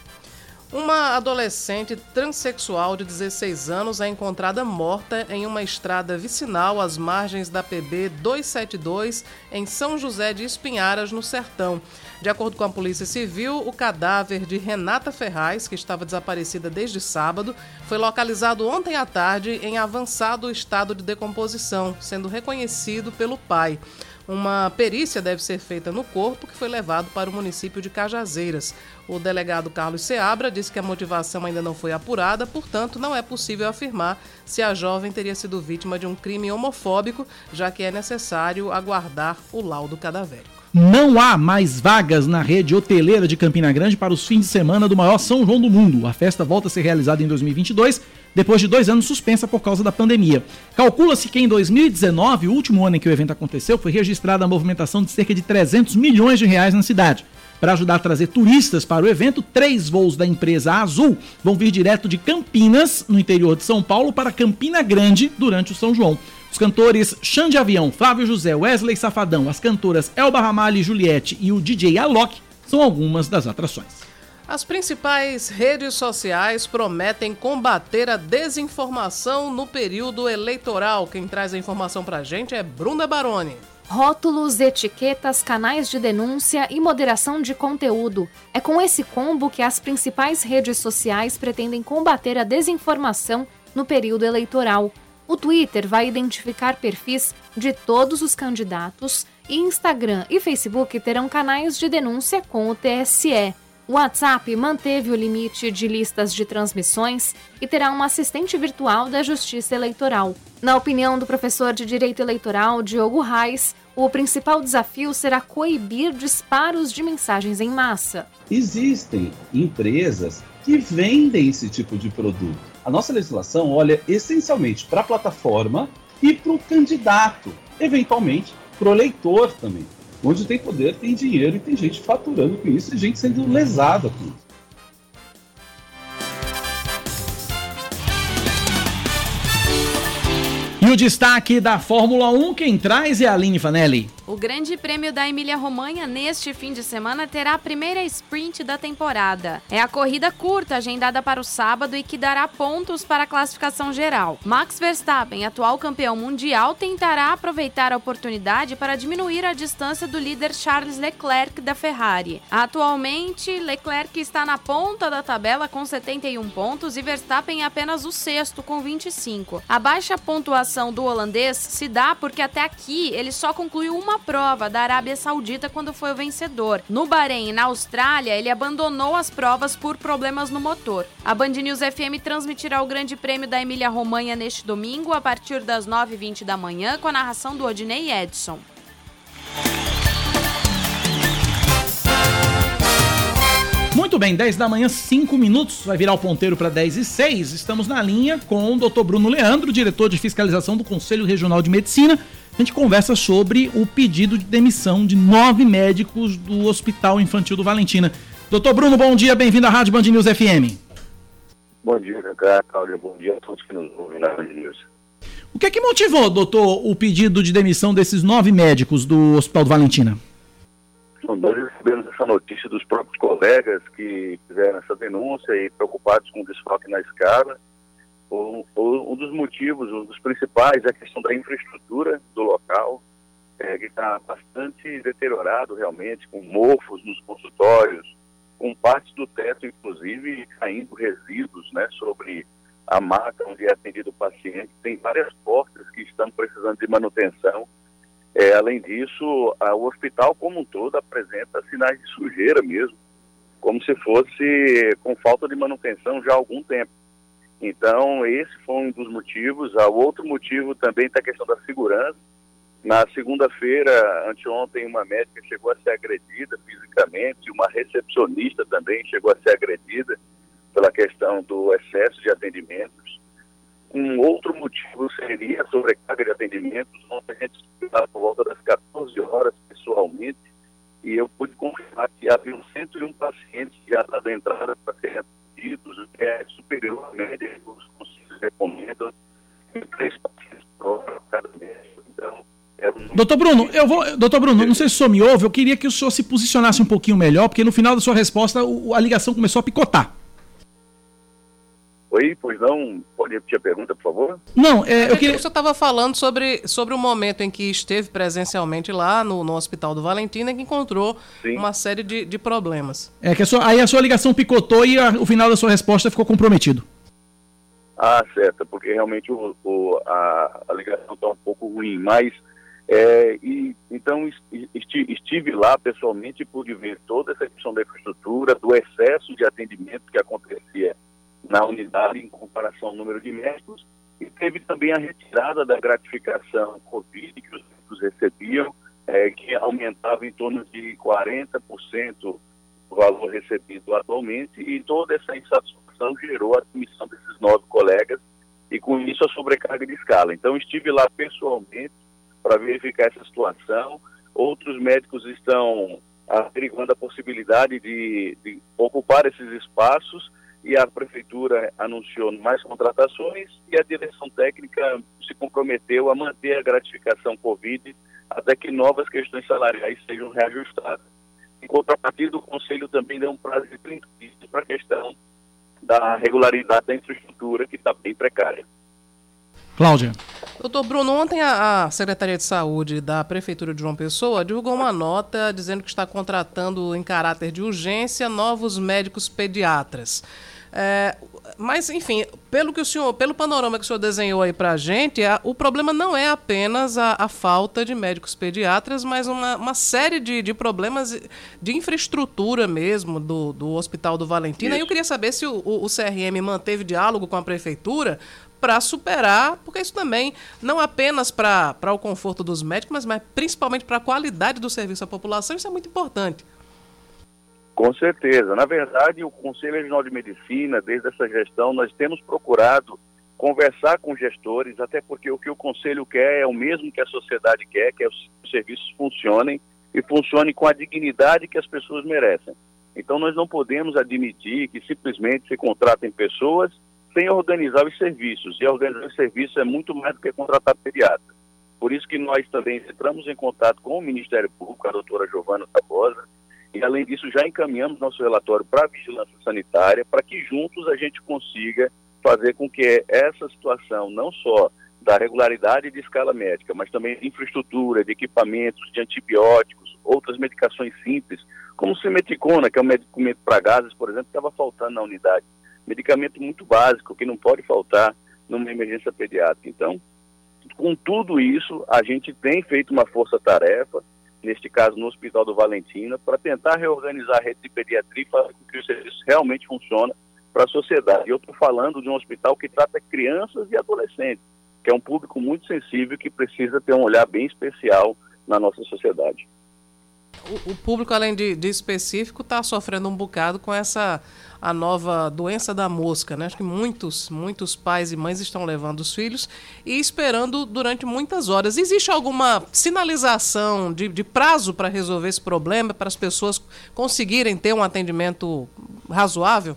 Uma adolescente transexual de dezesseis anos é encontrada morta em uma estrada vicinal às margens da P B duzentos e setenta e dois, em São José de Espinharas, no Sertão. De acordo com a Polícia Civil, o cadáver de Renata Ferraz, que estava desaparecida desde sábado, foi localizado ontem à tarde em avançado estado de decomposição, sendo reconhecido pelo pai. Uma perícia deve ser feita no corpo, que foi levado para o município de Cajazeiras. O delegado Carlos Seabra disse que a motivação ainda não foi apurada, portanto, não é possível afirmar se a jovem teria sido vítima de um crime homofóbico, já que é necessário aguardar o laudo cadavérico. Não há mais vagas na rede hoteleira de Campina Grande para os fins de semana do maior São João do mundo. A festa volta a ser realizada em dois mil e vinte e dois, depois de dois anos suspensa por causa da pandemia. Calcula-se que em dois mil e dezenove, o último ano em que o evento aconteceu, foi registrada a movimentação de cerca de trezentos milhões de reais na cidade. Para ajudar a trazer turistas para o evento, três voos da empresa Azul vão vir direto de Campinas, no interior de São Paulo, para Campina Grande durante o São João. Os cantores Xande Avião, Flávio José, Wesley Safadão, as cantoras Elba Ramalho e Juliette e o D J Alok são algumas das atrações. As principais redes sociais prometem combater a desinformação no período eleitoral. Quem traz a informação pra gente é Bruna Baroni. Rótulos, etiquetas, canais de denúncia e moderação de conteúdo. É com esse combo que as principais redes sociais pretendem combater a desinformação no período eleitoral. O Twitter vai identificar perfis de todos os candidatos e Instagram e Facebook terão canais de denúncia com o T S E. O WhatsApp manteve o limite de listas de transmissões e terá um assistente virtual da Justiça Eleitoral. Na opinião do professor de Direito Eleitoral, Diogo Reis, o principal desafio será coibir disparos de mensagens em massa. Existem empresas que vendem esse tipo de produto. A nossa legislação olha essencialmente para a plataforma e para o candidato, eventualmente para o eleitor também. Onde tem poder, tem dinheiro e tem gente faturando com isso e gente sendo lesada com isso. E o destaque da Fórmula um, quem traz é a Aline Fanelli. O Grande Prêmio da Emília-Romanha neste fim de semana terá a primeira sprint da temporada. É a corrida curta agendada para o sábado e que dará pontos para a classificação geral. Max Verstappen, atual campeão mundial, tentará aproveitar a oportunidade para diminuir a distância do líder Charles Leclerc da Ferrari. Atualmente, Leclerc está na ponta da tabela com setenta e um pontos e Verstappen é apenas o sexto com vinte e cinco. A baixa pontuação do holandês se dá porque até aqui ele só concluiu uma prova da Arábia Saudita quando foi o vencedor. No Bahrein e na Austrália, ele abandonou as provas por problemas no motor. A Band News F M transmitirá o Grande Prêmio da Emília-Romanha neste domingo, a partir das nove e vinte da manhã, com a narração do Odinei Edson. Muito bem, dez da manhã, cinco minutos, vai virar o ponteiro para dez e seis. Estamos na linha com o doutor Bruno Leandro, diretor de fiscalização do Conselho Regional de Medicina. A gente conversa sobre o pedido de demissão de nove médicos do Hospital Infantil do Valentina. Doutor Bruno, bom dia, bem-vindo à Rádio Band News F M. Bom dia, Cláudia, bom dia a todos que nos ouvem na Band News. O que é que motivou, doutor, o pedido de demissão desses nove médicos do Hospital do Valentina? Nós recebemos essa notícia dos próprios colegas que fizeram essa denúncia e preocupados com o desfalque na escala. Um, um dos motivos, um dos principais é a questão da infraestrutura do local, é, que está bastante deteriorado realmente, com mofos nos consultórios, com partes do teto, inclusive, caindo resíduos, né, sobre a maca onde é atendido o paciente. Tem várias portas que estão precisando de manutenção. É, além disso, a, o hospital como um todo apresenta sinais de sujeira mesmo, como se fosse com falta de manutenção já há algum tempo. Então, esse foi um dos motivos. O outro motivo também está a questão da segurança. Na segunda-feira, anteontem, uma médica chegou a ser agredida fisicamente, uma recepcionista também chegou a ser agredida pela questão do excesso de atendimentos. Um outro motivo seria a sobrecarga de atendimentos. Ontem a gente estava por volta das quatorze horas pessoalmente e eu pude confirmar que havia cento e um pacientes já dando entrada para serem atendidos, o que é superior à média que os conselhos recomendam, e três pacientes por cada médico. Então, é um... Doutor Bruno, eu vou, doutor Bruno, não sei se o senhor me ouve, eu queria que o senhor se posicionasse um pouquinho melhor, porque no final da sua resposta o, a ligação começou a picotar. Oi, pois não, pode repetir a pergunta, por favor? Não, é, eu queria... Você estava falando sobre, sobre o momento em que esteve presencialmente lá no, no Hospital do Valentina e que encontrou Sim. uma série de, de problemas. É que a sua, aí a sua ligação picotou e a, o final da sua resposta ficou comprometido. Ah, certo, porque realmente o, o, a, a ligação está um pouco ruim, mas é, e, então esti, estive lá pessoalmente e pude ver toda essa questão da infraestrutura, do excesso de atendimento que acontecia na unidade em comparação ao número de médicos, e teve também a retirada da gratificação Covid que os médicos recebiam é, que aumentava em torno de quarenta por cento do valor recebido atualmente, e toda essa insatisfação gerou a admissão desses nove colegas e com isso a sobrecarga de escala. Então estive lá pessoalmente para verificar essa situação. Outros médicos estão averiguando a possibilidade de, de ocupar esses espaços, e a prefeitura anunciou mais contratações e a direção técnica se comprometeu a manter a gratificação Covid até que novas questões salariais sejam reajustadas. Em contrapartida, o Conselho também deu um prazo de trinta dias para a questão da regularidade da infraestrutura, que está bem precária. Cláudia. Doutor Bruno, ontem a, a Secretaria de Saúde da Prefeitura de João Pessoa divulgou uma nota dizendo que está contratando em caráter de urgência novos médicos pediatras. É, mas, enfim, pelo que o senhor, pelo panorama que o senhor desenhou aí para a gente, a, o problema não é apenas a, a falta de médicos pediatras, mas uma, uma série de, de problemas de infraestrutura mesmo do, do Hospital do Valentina. E eu queria saber se o, o, o C R M manteve diálogo com a Prefeitura para superar, porque isso também, não apenas para o conforto dos médicos, mas, mas principalmente para a qualidade do serviço à população, isso é muito importante. Com certeza. Na verdade, o Conselho Regional de Medicina, desde essa gestão, nós temos procurado conversar com gestores, até porque o que o Conselho quer é o mesmo que a sociedade quer, que é os serviços funcionem e funcionem com a dignidade que as pessoas merecem. Então, nós não podemos admitir que simplesmente se contratem pessoas sem organizar os serviços. E organizar os serviços é muito mais do que contratar pediatra. Por isso que nós também entramos em contato com o Ministério Público, a doutora Giovana Tabosa, e além disso já encaminhamos nosso relatório para a Vigilância Sanitária, para que juntos a gente consiga fazer com que essa situação, não só da regularidade de escala médica, mas também de infraestrutura, de equipamentos, de antibióticos, outras medicações simples, como simeticona, que é um medicamento para gases, por exemplo, que estava faltando na unidade. Medicamento muito básico, que não pode faltar numa emergência pediátrica. Então, com tudo isso, a gente tem feito uma força-tarefa, neste caso no Hospital do Valentina, para tentar reorganizar a rede de pediatria e fazer com que o serviço realmente funcione para a sociedade. E eu estou falando de um hospital que trata crianças e adolescentes, que é um público muito sensível que precisa ter um olhar bem especial na nossa sociedade. O, o público, além de, de específico, está sofrendo um bocado com essa a nova doença da mosca, né? Acho que muitos, muitos pais e mães estão levando os filhos e esperando durante muitas horas. Existe alguma sinalização de, de prazo para resolver esse problema, para as pessoas conseguirem ter um atendimento razoável?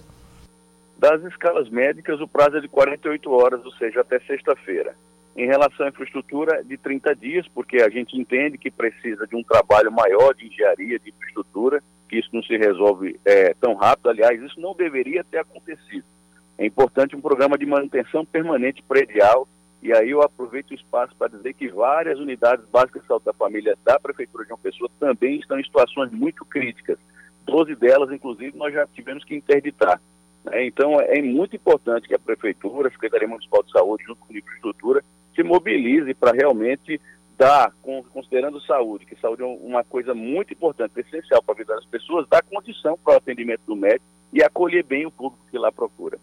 Das escalas médicas, o prazo é de quarenta e oito horas, ou seja, até sexta-feira. Em relação à infraestrutura, de trinta dias, porque a gente entende que precisa de um trabalho maior de engenharia, de infraestrutura, que isso não se resolve é, tão rápido. Aliás, isso não deveria ter acontecido. É importante um programa de manutenção permanente predial, e aí eu aproveito o espaço para dizer que várias unidades básicas de saúde da família da Prefeitura de João Pessoa também estão em situações muito críticas. doze delas, inclusive, nós já tivemos que interditar. Né? Então, é muito importante que a Prefeitura, a Secretaria Municipal de Saúde, junto com a infraestrutura, se mobilize para realmente dar, considerando saúde, que saúde é uma coisa muito importante, essencial para a vida das pessoas, dar condição para o atendimento do médico e acolher bem o público que lá procura.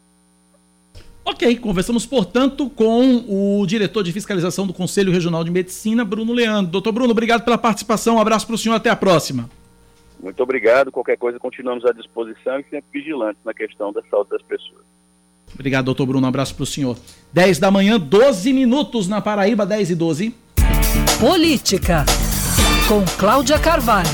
Ok, conversamos, portanto, com o diretor de fiscalização do Conselho Regional de Medicina, Bruno Leandro. Doutor Bruno, obrigado pela participação, um abraço para o senhor, até a próxima. Muito obrigado, qualquer coisa continuamos à disposição e sempre vigilantes na questão da saúde das pessoas. Obrigado, doutor Bruno. Um abraço para o senhor. dez da manhã, doze minutos na Paraíba, dez e doze. Política, com Cláudia Carvalho.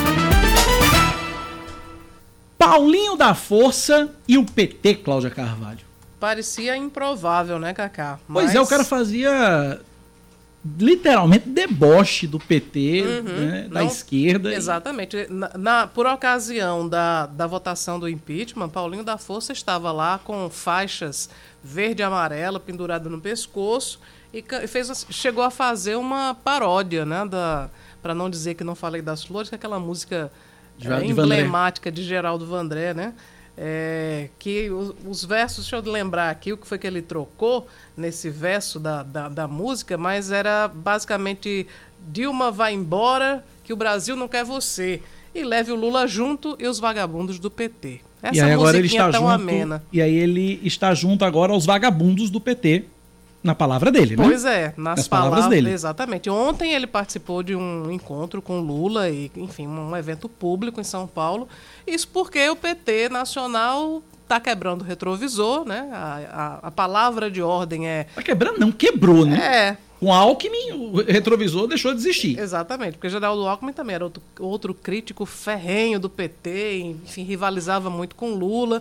Paulinho da Força e o P T, Cláudia Carvalho. Parecia improvável, né, Cacá? Pois Mas... é, o cara fazia literalmente deboche do P T, uhum, né, da não, esquerda. Exatamente. Na, na, por ocasião da, da votação do impeachment, Paulinho da Força estava lá com faixas verde e amarela penduradas no pescoço e fez, chegou a fazer uma paródia, né, da, para não dizer que não falei das flores, que é aquela música de, é, de emblemática Vandré. De Geraldo Vandré, né? É, que os, os versos, deixa eu lembrar aqui o que foi que ele trocou nesse verso da, da, da música, mas era basicamente: Dilma vai embora, que o Brasil não quer você, e leve o Lula junto e os vagabundos do P T. Essa e aí agora ele está tão junto, amena. E aí ele está junto agora aos vagabundos do P T, Na palavra dele, né? Pois é, nas, nas palavras, palavras dele. Exatamente. Ontem ele participou de um encontro com Lula, e, enfim, um evento público em São Paulo. Isso porque o P T nacional está quebrando o retrovisor, né? A, a, a palavra de ordem é... Está quebrando? Não, quebrou, né? É. Com Alckmin, o retrovisor deixou de existir. Exatamente, porque Geraldo Alckmin também era outro, outro crítico ferrenho do P T, enfim, rivalizava muito com Lula.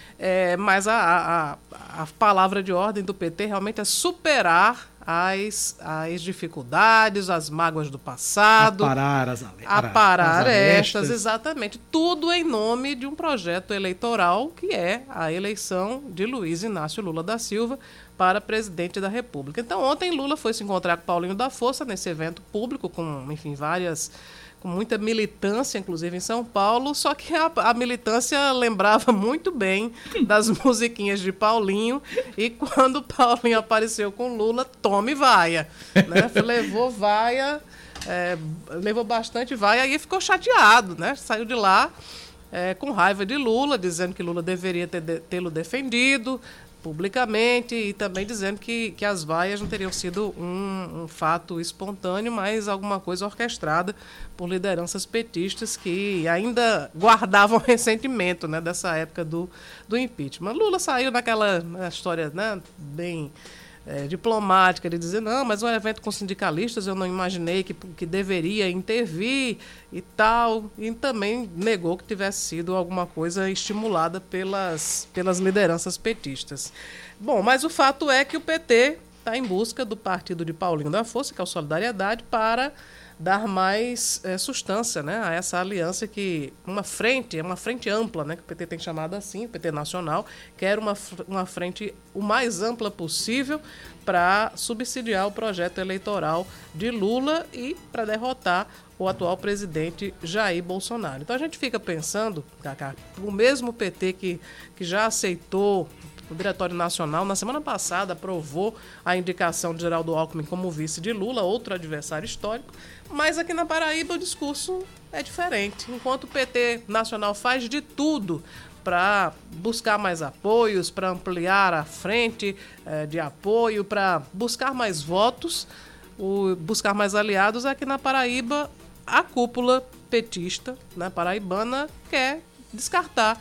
É, mas a, a, a palavra de ordem do P T realmente é superar as, as dificuldades, as mágoas do passado. Aparar as, aparar as estas, exatamente. Tudo em nome de um projeto eleitoral que é a eleição de Luiz Inácio Lula da Silva para presidente da República. Então, ontem Lula foi se encontrar com Paulinho da Força nesse evento público, com, enfim, várias... com muita militância, inclusive em São Paulo, só que a, a militância lembrava muito bem das musiquinhas de Paulinho, e quando Paulinho apareceu com Lula, tome vaia, né? Levou vaia, é, levou bastante vaia, e ficou chateado, né? Saiu de lá é, com raiva de Lula, dizendo que Lula deveria ter, de, tê-lo defendido publicamente, e também dizendo que, que as vaias não teriam sido um, um fato espontâneo, mas alguma coisa orquestrada por lideranças petistas que ainda guardavam ressentimento, né, dessa época do, do impeachment. Lula saiu naquela na história, né, bem é, diplomática de dizer, não, mas um evento com sindicalistas eu não imaginei que, que deveria intervir e tal, e também negou que tivesse sido alguma coisa estimulada pelas, pelas lideranças petistas. Bom, mas o fato é que o P T está em busca do partido de Paulinho da Força, que é o Solidariedade, para dar mais é, sustância, né, a essa aliança, que uma frente, é uma frente ampla, né, que o P T tem chamado assim, o P T nacional, quer uma, uma frente o mais ampla possível para subsidiar o projeto eleitoral de Lula e para derrotar o atual presidente Jair Bolsonaro. Então a gente fica pensando, Cacá, o mesmo P T que, que já aceitou, o Diretório Nacional, na semana passada, aprovou a indicação de Geraldo Alckmin como vice de Lula, outro adversário histórico, mas aqui na Paraíba o discurso é diferente. Enquanto o P T nacional faz de tudo para buscar mais apoios, para ampliar a frente eh, de apoio, para buscar mais votos, o, buscar mais aliados, aqui na Paraíba a cúpula petista, né, paraibana, quer descartar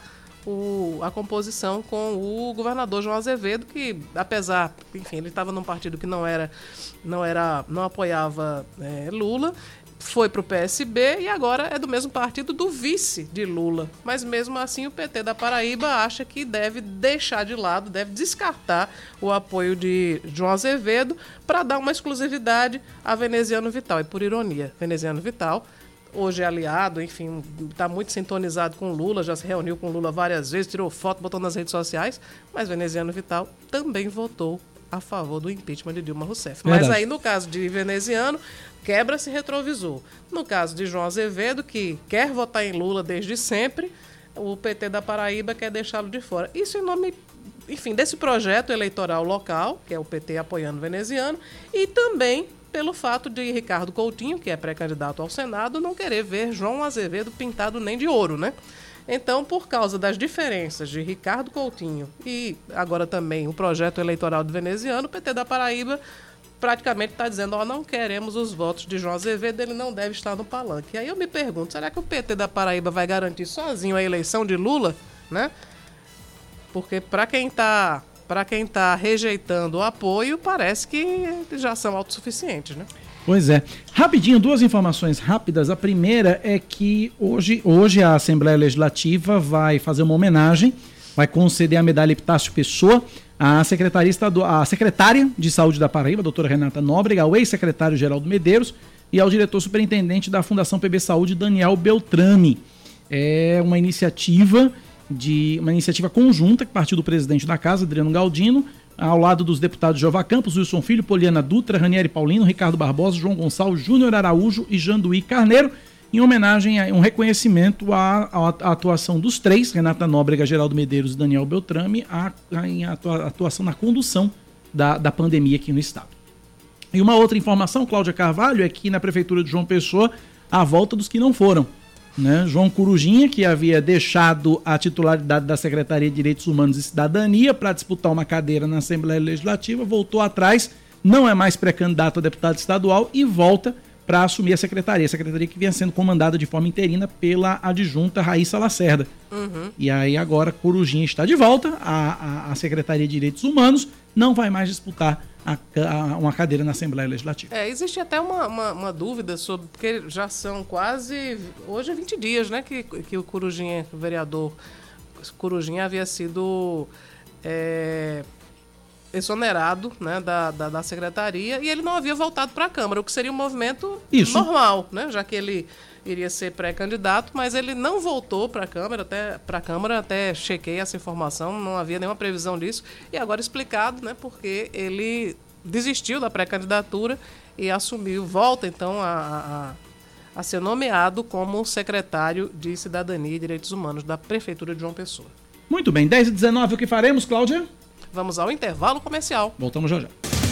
O, a composição com o governador João Azevedo, que apesar, enfim, ele estava num partido que não era, não era, não apoiava é, Lula, foi para o P S B e agora é do mesmo partido do vice de Lula. Mas mesmo assim o P T da Paraíba acha que deve deixar de lado, deve descartar o apoio de João Azevedo para dar uma exclusividade a Veneziano Vital. E por ironia, Veneziano Vital hoje é aliado, enfim, está muito sintonizado com Lula, já se reuniu com Lula várias vezes, tirou foto, botou nas redes sociais, mas Veneziano Vital também votou a favor do impeachment de Dilma Rousseff. Verdade. Mas aí, no caso de Veneziano, quebra-se retrovisor. No caso de João Azevedo, que quer votar em Lula desde sempre, o P T da Paraíba quer deixá-lo de fora. Isso em nome, enfim, desse projeto eleitoral local, que é o P T apoiando Veneziano, e também pelo fato de Ricardo Coutinho, que é pré-candidato ao Senado, não querer ver João Azevedo pintado nem de ouro, né? Então, por causa das diferenças de Ricardo Coutinho e agora também o projeto eleitoral do Veneziano, o P T da Paraíba praticamente está dizendo, ó, não queremos os votos de João Azevedo, ele não deve estar no palanque. E aí eu me pergunto, será que o P T da Paraíba vai garantir sozinho a eleição de Lula, né? Porque para quem está para quem está rejeitando o apoio, parece que já são autossuficientes, né? Pois é. Rapidinho, duas informações rápidas. A primeira é que hoje, hoje a Assembleia Legislativa vai fazer uma homenagem, vai conceder a medalha Epitácio Pessoa à secretarista do, à secretária de Saúde da Paraíba, a doutora Renata Nóbrega, ao ex-secretário Geraldo Medeiros e ao diretor superintendente da Fundação P B Saúde, Daniel Beltrame. É uma iniciativa de uma iniciativa conjunta que partiu do presidente da casa, Adriano Galdino, ao lado dos deputados Jeová Campos, Wilson Filho, Poliana Dutra, Ranieri Paulino, Ricardo Barbosa, João Gonçalves, Júnior Araújo e Janduí Carneiro, em homenagem a um reconhecimento à, à atuação dos três, Renata Nóbrega, Geraldo Medeiros e Daniel Beltrame, a, a, em atuação na condução da, da pandemia aqui no estado. E uma outra informação, Cláudia Carvalho, é que na Prefeitura de João Pessoa, a volta dos que não foram. Né? João Corujinha, que havia deixado a titularidade da Secretaria de Direitos Humanos e Cidadania para disputar uma cadeira na Assembleia Legislativa, voltou atrás, não é mais pré-candidato a deputado estadual e volta para assumir a secretaria, a secretaria que vinha sendo comandada de forma interina pela adjunta Raíssa Lacerda. Uhum. E aí agora Corujinha está de volta à, à, à Secretaria de Direitos Humanos, não vai mais disputar a, a, uma cadeira na Assembleia Legislativa. É, existe até uma, uma, uma dúvida sobre, porque já são quase, hoje é vinte dias, né, que, que o Corujinha, o vereador Corujinha havia sido é, exonerado, né, da, da, da secretaria, e ele não havia voltado para a Câmara, o que seria um movimento Isso. normal, né, já que ele iria ser pré-candidato, mas ele não voltou para a Câmara, até para a Câmara, até chequei essa informação, não havia nenhuma previsão disso, e agora explicado, né, porque ele desistiu da pré-candidatura e assumiu, volta então a, a, a ser nomeado como secretário de Cidadania e Direitos Humanos da Prefeitura de João Pessoa. Muito bem, dez e dezenove, o que faremos, Cláudia? Vamos ao intervalo comercial. Voltamos já já.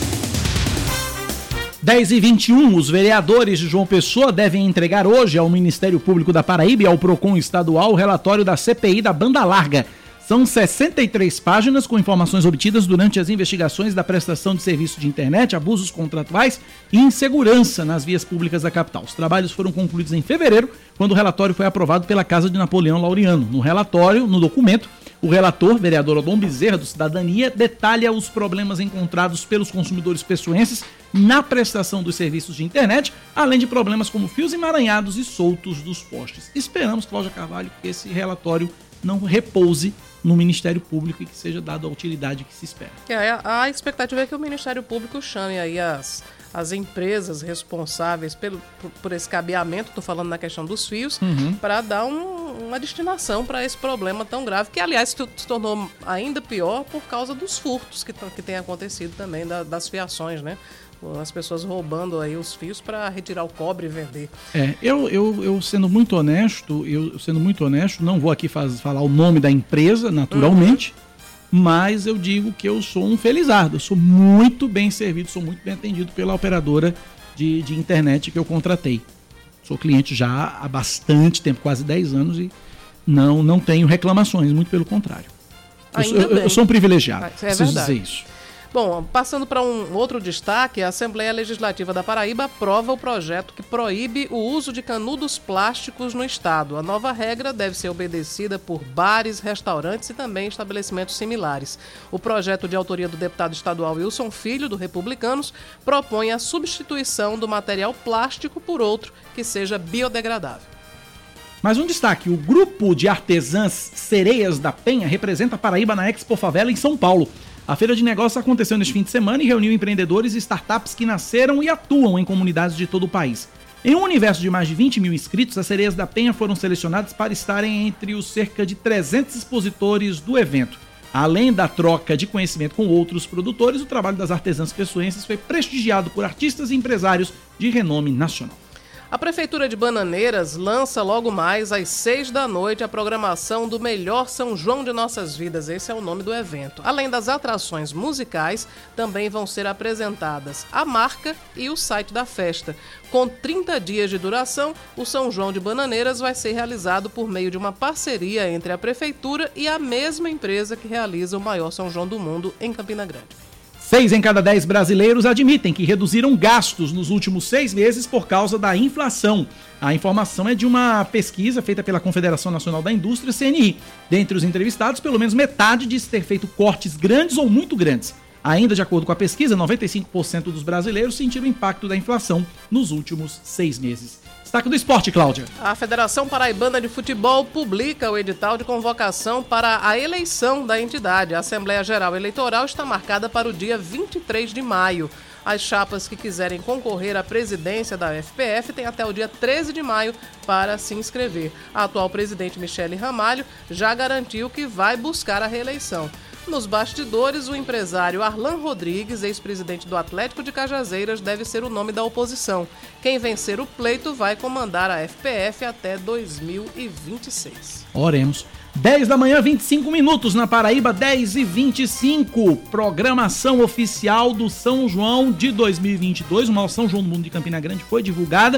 dez e vinte e um, os vereadores de João Pessoa devem entregar hoje ao Ministério Público da Paraíba e ao PROCON estadual o relatório da C P I da banda larga. São sessenta e três páginas com informações obtidas durante as investigações da prestação de serviço de internet, abusos contratuais e insegurança nas vias públicas da capital. Os trabalhos foram concluídos em fevereiro, quando o relatório foi aprovado pela Casa de Napoleão Laureano. No relatório, no documento, o relator, vereador Odon Bezerra, do Cidadania, detalha os problemas encontrados pelos consumidores pessoenses na prestação dos serviços de internet, além de problemas como fios emaranhados e soltos dos postes. Esperamos, Cláudia Carvalho, que esse relatório não repouse no Ministério Público e que seja dado a utilidade que se espera. É, a, a expectativa é que o Ministério Público chame aí as, as empresas responsáveis pelo, por, por esse cabeamento, estou falando na questão dos fios, uhum. para dar um, uma destinação para esse problema tão grave, que aliás se, se tornou ainda pior por causa dos furtos que, que tem acontecido também, da, das fiações, né? As pessoas roubando aí os fios para retirar o cobre e vender. É, eu, eu, eu sendo muito honesto, eu sendo muito honesto, não vou aqui faz, falar o nome da empresa, naturalmente, uhum. mas eu digo que eu sou um felizardo, eu sou muito bem servido, sou muito bem atendido pela operadora de, de internet que eu contratei. Sou cliente já há bastante tempo, quase dez anos, e não, não tenho reclamações, muito pelo contrário. Eu, eu, eu sou um privilegiado, ah, é preciso verdade. dizer isso. Bom, passando para um outro destaque, a Assembleia Legislativa da Paraíba aprova o projeto que proíbe o uso de canudos plásticos no estado. A nova regra deve ser obedecida por bares, restaurantes e também estabelecimentos similares. O projeto de autoria do deputado estadual Wilson Filho, do Republicanos, propõe a substituição do material plástico por outro que seja biodegradável. Mais um destaque, o grupo de artesãs Sereias da Penha representa a Paraíba na Expo Favela em São Paulo. A feira de negócios aconteceu neste fim de semana e reuniu empreendedores e startups que nasceram e atuam em comunidades de todo o país. Em um universo de mais de vinte mil inscritos, as Sereias da Penha foram selecionadas para estarem entre os cerca de trezentos expositores do evento. Além da troca de conhecimento com outros produtores, o trabalho das artesãs pessoenses foi prestigiado por artistas e empresários de renome nacional. A Prefeitura de Bananeiras lança logo mais às seis da noite a programação do Melhor São João de Nossas Vidas, esse é o nome do evento. Além das atrações musicais, também vão ser apresentadas a marca e o site da festa. Com trinta dias de duração, o São João de Bananeiras vai ser realizado por meio de uma parceria entre a Prefeitura e a mesma empresa que realiza o maior São João do mundo em Campina Grande. Seis em cada dez brasileiros admitem que reduziram gastos nos últimos seis meses por causa da inflação. A informação é de uma pesquisa feita pela Confederação Nacional da Indústria, C N I. Dentre os entrevistados, pelo menos metade disse ter feito cortes grandes ou muito grandes. Ainda de acordo com a pesquisa, noventa e cinco por cento dos brasileiros sentiram o impacto da inflação nos últimos seis meses. Destaque do esporte, Cláudia. A Federação Paraibana de Futebol publica o edital de convocação para a eleição da entidade. A Assembleia Geral Eleitoral está marcada para o dia vinte e três de maio. As chapas que quiserem concorrer à presidência da F P F têm até o dia treze de maio para se inscrever. A atual presidente Michele Ramalho já garantiu que vai buscar a reeleição. Nos bastidores, o empresário Arlan Rodrigues, ex-presidente do Atlético de Cajazeiras, deve ser o nome da oposição. Quem vencer o pleito vai comandar a F P F até dois mil e vinte e seis. Oremos. dez da manhã, vinte e cinco minutos na Paraíba, dez e vinte e cinco. Programação oficial do São João de dois mil e vinte e dois. O maior São João do mundo de Campina Grande foi divulgada.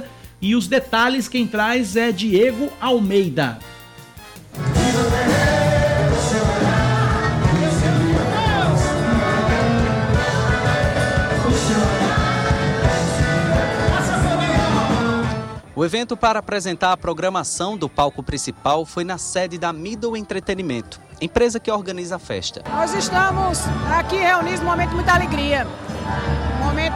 E os detalhes quem traz é Diego Almeida. O evento para apresentar a programação do palco principal foi na sede da Middle Entretenimento, empresa que organiza a festa. Nós estamos aqui reunidos num momento de muita alegria, um momento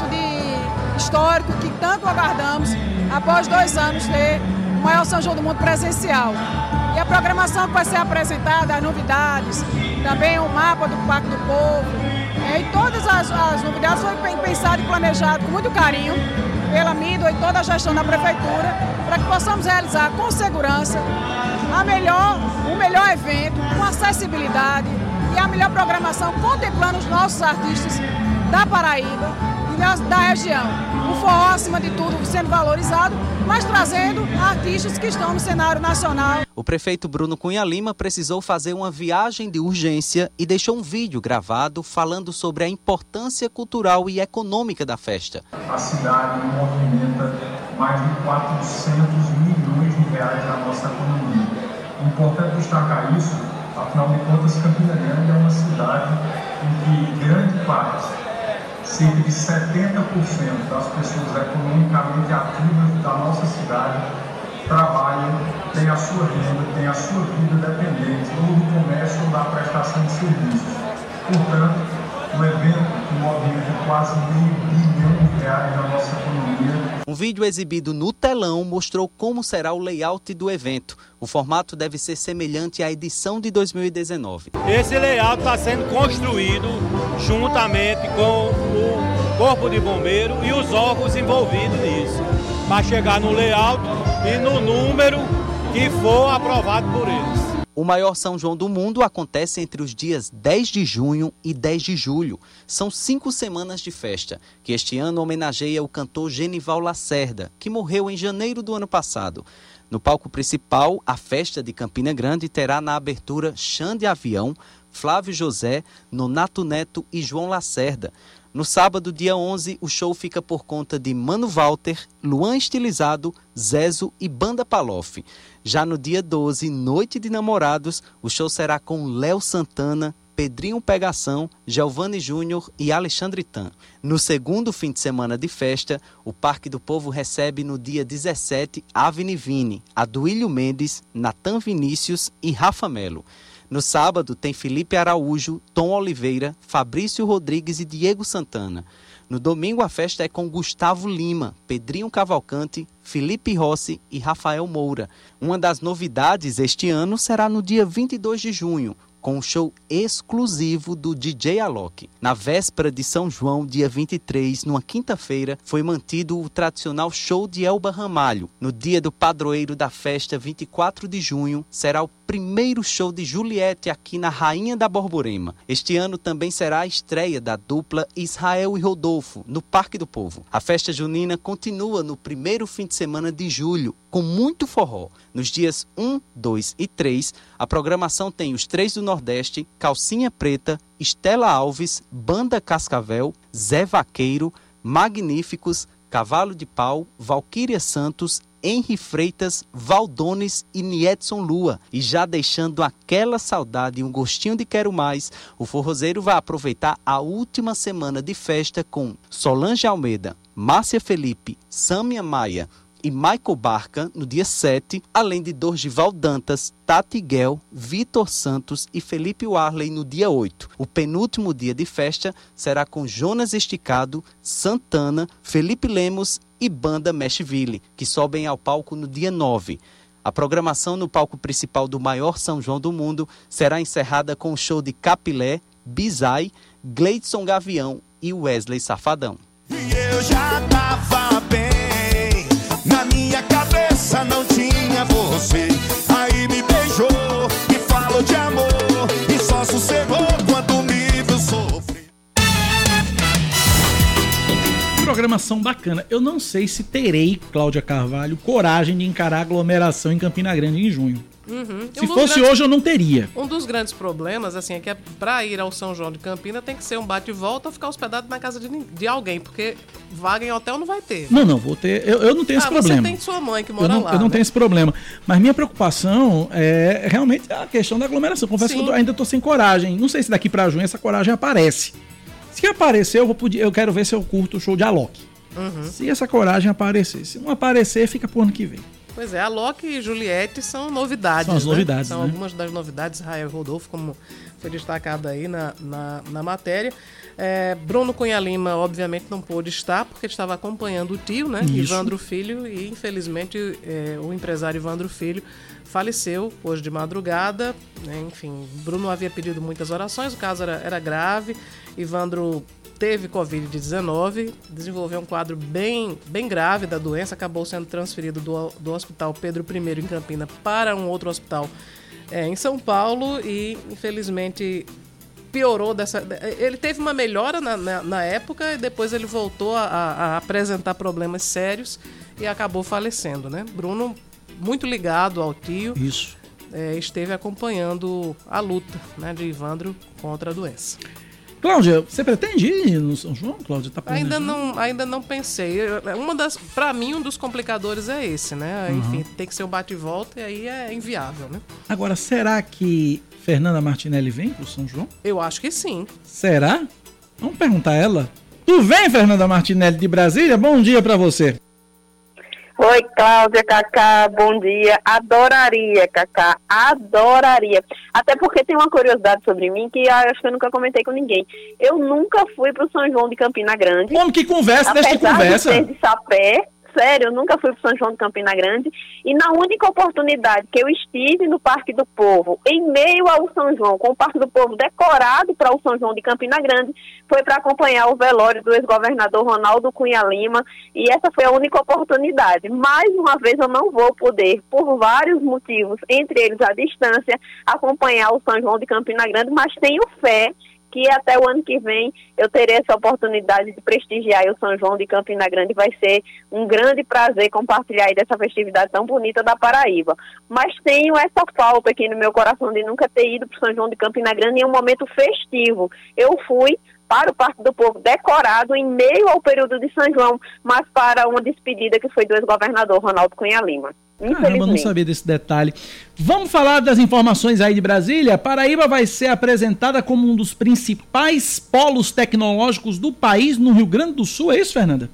de histórico que tanto aguardamos após dois anos ter o maior São João do mundo presencial. E a programação que vai ser apresentada, as novidades, também o mapa do Parque do Povo, é, e todas as, as novidades foi pensado e planejado com muito carinho pela Middle e toda a gestão da prefeitura, para que possamos realizar com segurança a melhor, o melhor evento, com acessibilidade e a melhor programação, contemplando os nossos artistas da Paraíba e da, da região. O forró, acima de tudo, sendo valorizado, mas trazendo artistas que estão no cenário nacional. O prefeito Bruno Cunha Lima precisou fazer uma viagem de urgência e deixou um vídeo gravado falando sobre a importância cultural e econômica da festa. A cidade movimenta mais de quatrocentos milhões de reais na nossa economia. É importante destacar isso, afinal de contas, Campina Grande é uma cidade em que grande parte, cerca de setenta por cento das pessoas economicamente ativas da nossa cidade trabalham, têm a sua renda, têm a sua vida dependente ou do comércio ou da prestação de serviços. Portanto, um evento que movimenta quase meio bilhão de reais na nossa economia. Um vídeo exibido no telão mostrou como será o layout do evento. O formato deve ser semelhante à edição de dois mil e dezenove. Esse layout está sendo construído juntamente com o Corpo de Bombeiro e os órgãos envolvidos nisso, para chegar no layout e no número que for aprovado por eles. O maior São João do mundo acontece entre os dias dez de junho e dez de julho. São cinco semanas de festa, que este ano homenageia o cantor Genival Lacerda, que morreu em janeiro do ano passado. No palco principal, a festa de Campina Grande terá na abertura Xande Avião, Flávio José, Nonato Neto e João Lacerda. No sábado, dia onze, o show fica por conta de Mano Walter, Luan Estilizado, Zezo e Banda Palof. Já no dia doze, Noite de Namorados, o show será com Léo Santana, Pedrinho Pegação, Giovanni Júnior e Alexandre Tan. No segundo fim de semana de festa, o Parque do Povo recebe no dia dezessete Avni Vini, Aduílio Mendes, Natan Vinícius e Rafa Melo. No sábado tem Felipe Araújo, Tom Oliveira, Fabrício Rodrigues e Diego Santana. No domingo a festa é com Gustavo Lima, Pedrinho Cavalcante, Felipe Rossi e Rafael Moura. Uma das novidades este ano será no dia vinte e dois de junho, com um show exclusivo do D J Alok. Na véspera de São João, dia vinte e três, numa quinta-feira, foi mantido o tradicional show de Elba Ramalho. No dia do padroeiro da festa, vinte e quatro de junho, será o primeiro show de Juliette aqui na Rainha da Borborema. Este ano também será a estreia da dupla Israel e Rodolfo, no Parque do Povo. A festa junina continua no primeiro fim de semana de julho, com muito forró. Nos dias um, dois e três, a programação tem os Três do Nordeste, Calcinha Preta, Estela Alves, Banda Cascavel, Zé Vaqueiro, Magníficos, Cavalo de Pau, Valquíria Santos, Henri Freitas, Valdones e Niedson Lua. E já deixando aquela saudade e um gostinho de quero mais, o forrozeiro vai aproveitar a última semana de festa com Solange Almeida, Márcia Felipe, Sâmia Maia e Michael Barca no dia sete, além de Dorgival Dantas, Tati Guel, Vitor Santos e Felipe Warley no dia oito. O penúltimo dia de festa será com Jonas Esticado, Santana, Felipe Lemos e Banda Meshville, que sobem ao palco no dia nove. A programação no palco principal do maior São João do mundo será encerrada com o show de Capilé, Bizai, Gleidson Gavião e Wesley Safadão. Eu já tava bem, na minha cabeça não tinha você. Aí me beijou e falou de amor e só sossegou quando me viu sofrer. Programação bacana. Eu não sei se terei, Cláudia Carvalho, coragem de encarar a aglomeração em Campina Grande em junho. Uhum. Se um fosse grandes, hoje, eu não teria. Um dos grandes problemas, assim, é que é para ir ao São João de Campina tem que ser um bate e volta ou ficar hospedado na casa de, de alguém, porque vaga em hotel não vai ter. Não, não, vou ter. Eu, eu não tenho ah, esse problema. Você tem sua mãe que mora eu não, lá. Eu não né? tenho esse problema. Mas minha preocupação é realmente a questão da aglomeração. Confesso Sim. que eu ainda estou sem coragem. Não sei se daqui para junho essa coragem aparece. Se aparecer, eu, vou poder, eu quero ver se eu curto o show de Alok. Uhum. Se essa coragem aparecer. Se não aparecer, fica pro ano que vem. Pois é, Alok e Juliette são novidades. São as né? novidades, São né? algumas das novidades, Rael Rodolfo, como foi destacado aí na, na, na matéria. É, Bruno Cunha Lima, obviamente, não pôde estar, porque estava acompanhando o tio, né? Isso. Ivandro Filho, e infelizmente é, o empresário Ivandro Filho faleceu hoje de madrugada. Né? Enfim, Bruno havia pedido muitas orações, o caso era, era grave. Ivandro teve covid dezenove, desenvolveu um quadro bem, bem grave da doença, acabou sendo transferido do, do Hospital Pedro I em Campina para um outro hospital é, em São Paulo e, infelizmente, piorou dessa... Ele teve uma melhora na, na, na época e depois ele voltou a, a apresentar problemas sérios e acabou falecendo, né? Bruno, muito ligado ao tio, Isso. É, esteve acompanhando a luta, né, de Ivandro contra a doença. Cláudia, você pretende ir no São João, Cláudia? Tá ainda não, ainda não pensei. Uma das, para mim, um dos complicadores é esse, né? Uhum. Enfim, tem que ser um bate e volta e aí é inviável, né? Agora, será que Fernanda Martinelli vem pro São João? Eu acho que sim. Será? Vamos perguntar a ela. Tu vem, Fernanda Martinelli de Brasília? Bom dia pra você. Oi, Cláudia, Cacá, bom dia. Adoraria, Cacá, adoraria. Até porque tem uma curiosidade sobre mim que ah, acho que eu nunca comentei com ninguém. Eu nunca fui pro São João de Campina Grande. Como que conversa, deixa de conversa. Apesar de ser de Sapé, sério, eu nunca fui pro São João de Campina Grande. E na única oportunidade que eu estive no Parque do Povo, em meio ao São João, com o Parque do Povo decorado para o São João de Campina Grande, foi para acompanhar o velório do ex-governador Ronaldo Cunha Lima, e essa foi a única oportunidade. Mais uma vez eu não vou poder, por vários motivos, entre eles a distância, acompanhar o São João de Campina Grande, mas tenho fé que até o ano que vem eu terei essa oportunidade de prestigiar o São João de Campina Grande. Vai ser um grande prazer compartilhar aí dessa festividade tão bonita da Paraíba. Mas tenho essa falta aqui no meu coração de nunca ter ido para o São João de Campina Grande em um momento festivo. Eu fui para o Parque do Povo decorado em meio ao período de São João, mas para uma despedida que foi do ex-governador Ronaldo Cunha Lima. Caramba, não sabia desse detalhe. Vamos falar das informações aí de Brasília. Paraíba vai ser apresentada como um dos principais polos tecnológicos do país no Rio Grande do Sul. É isso, Fernanda?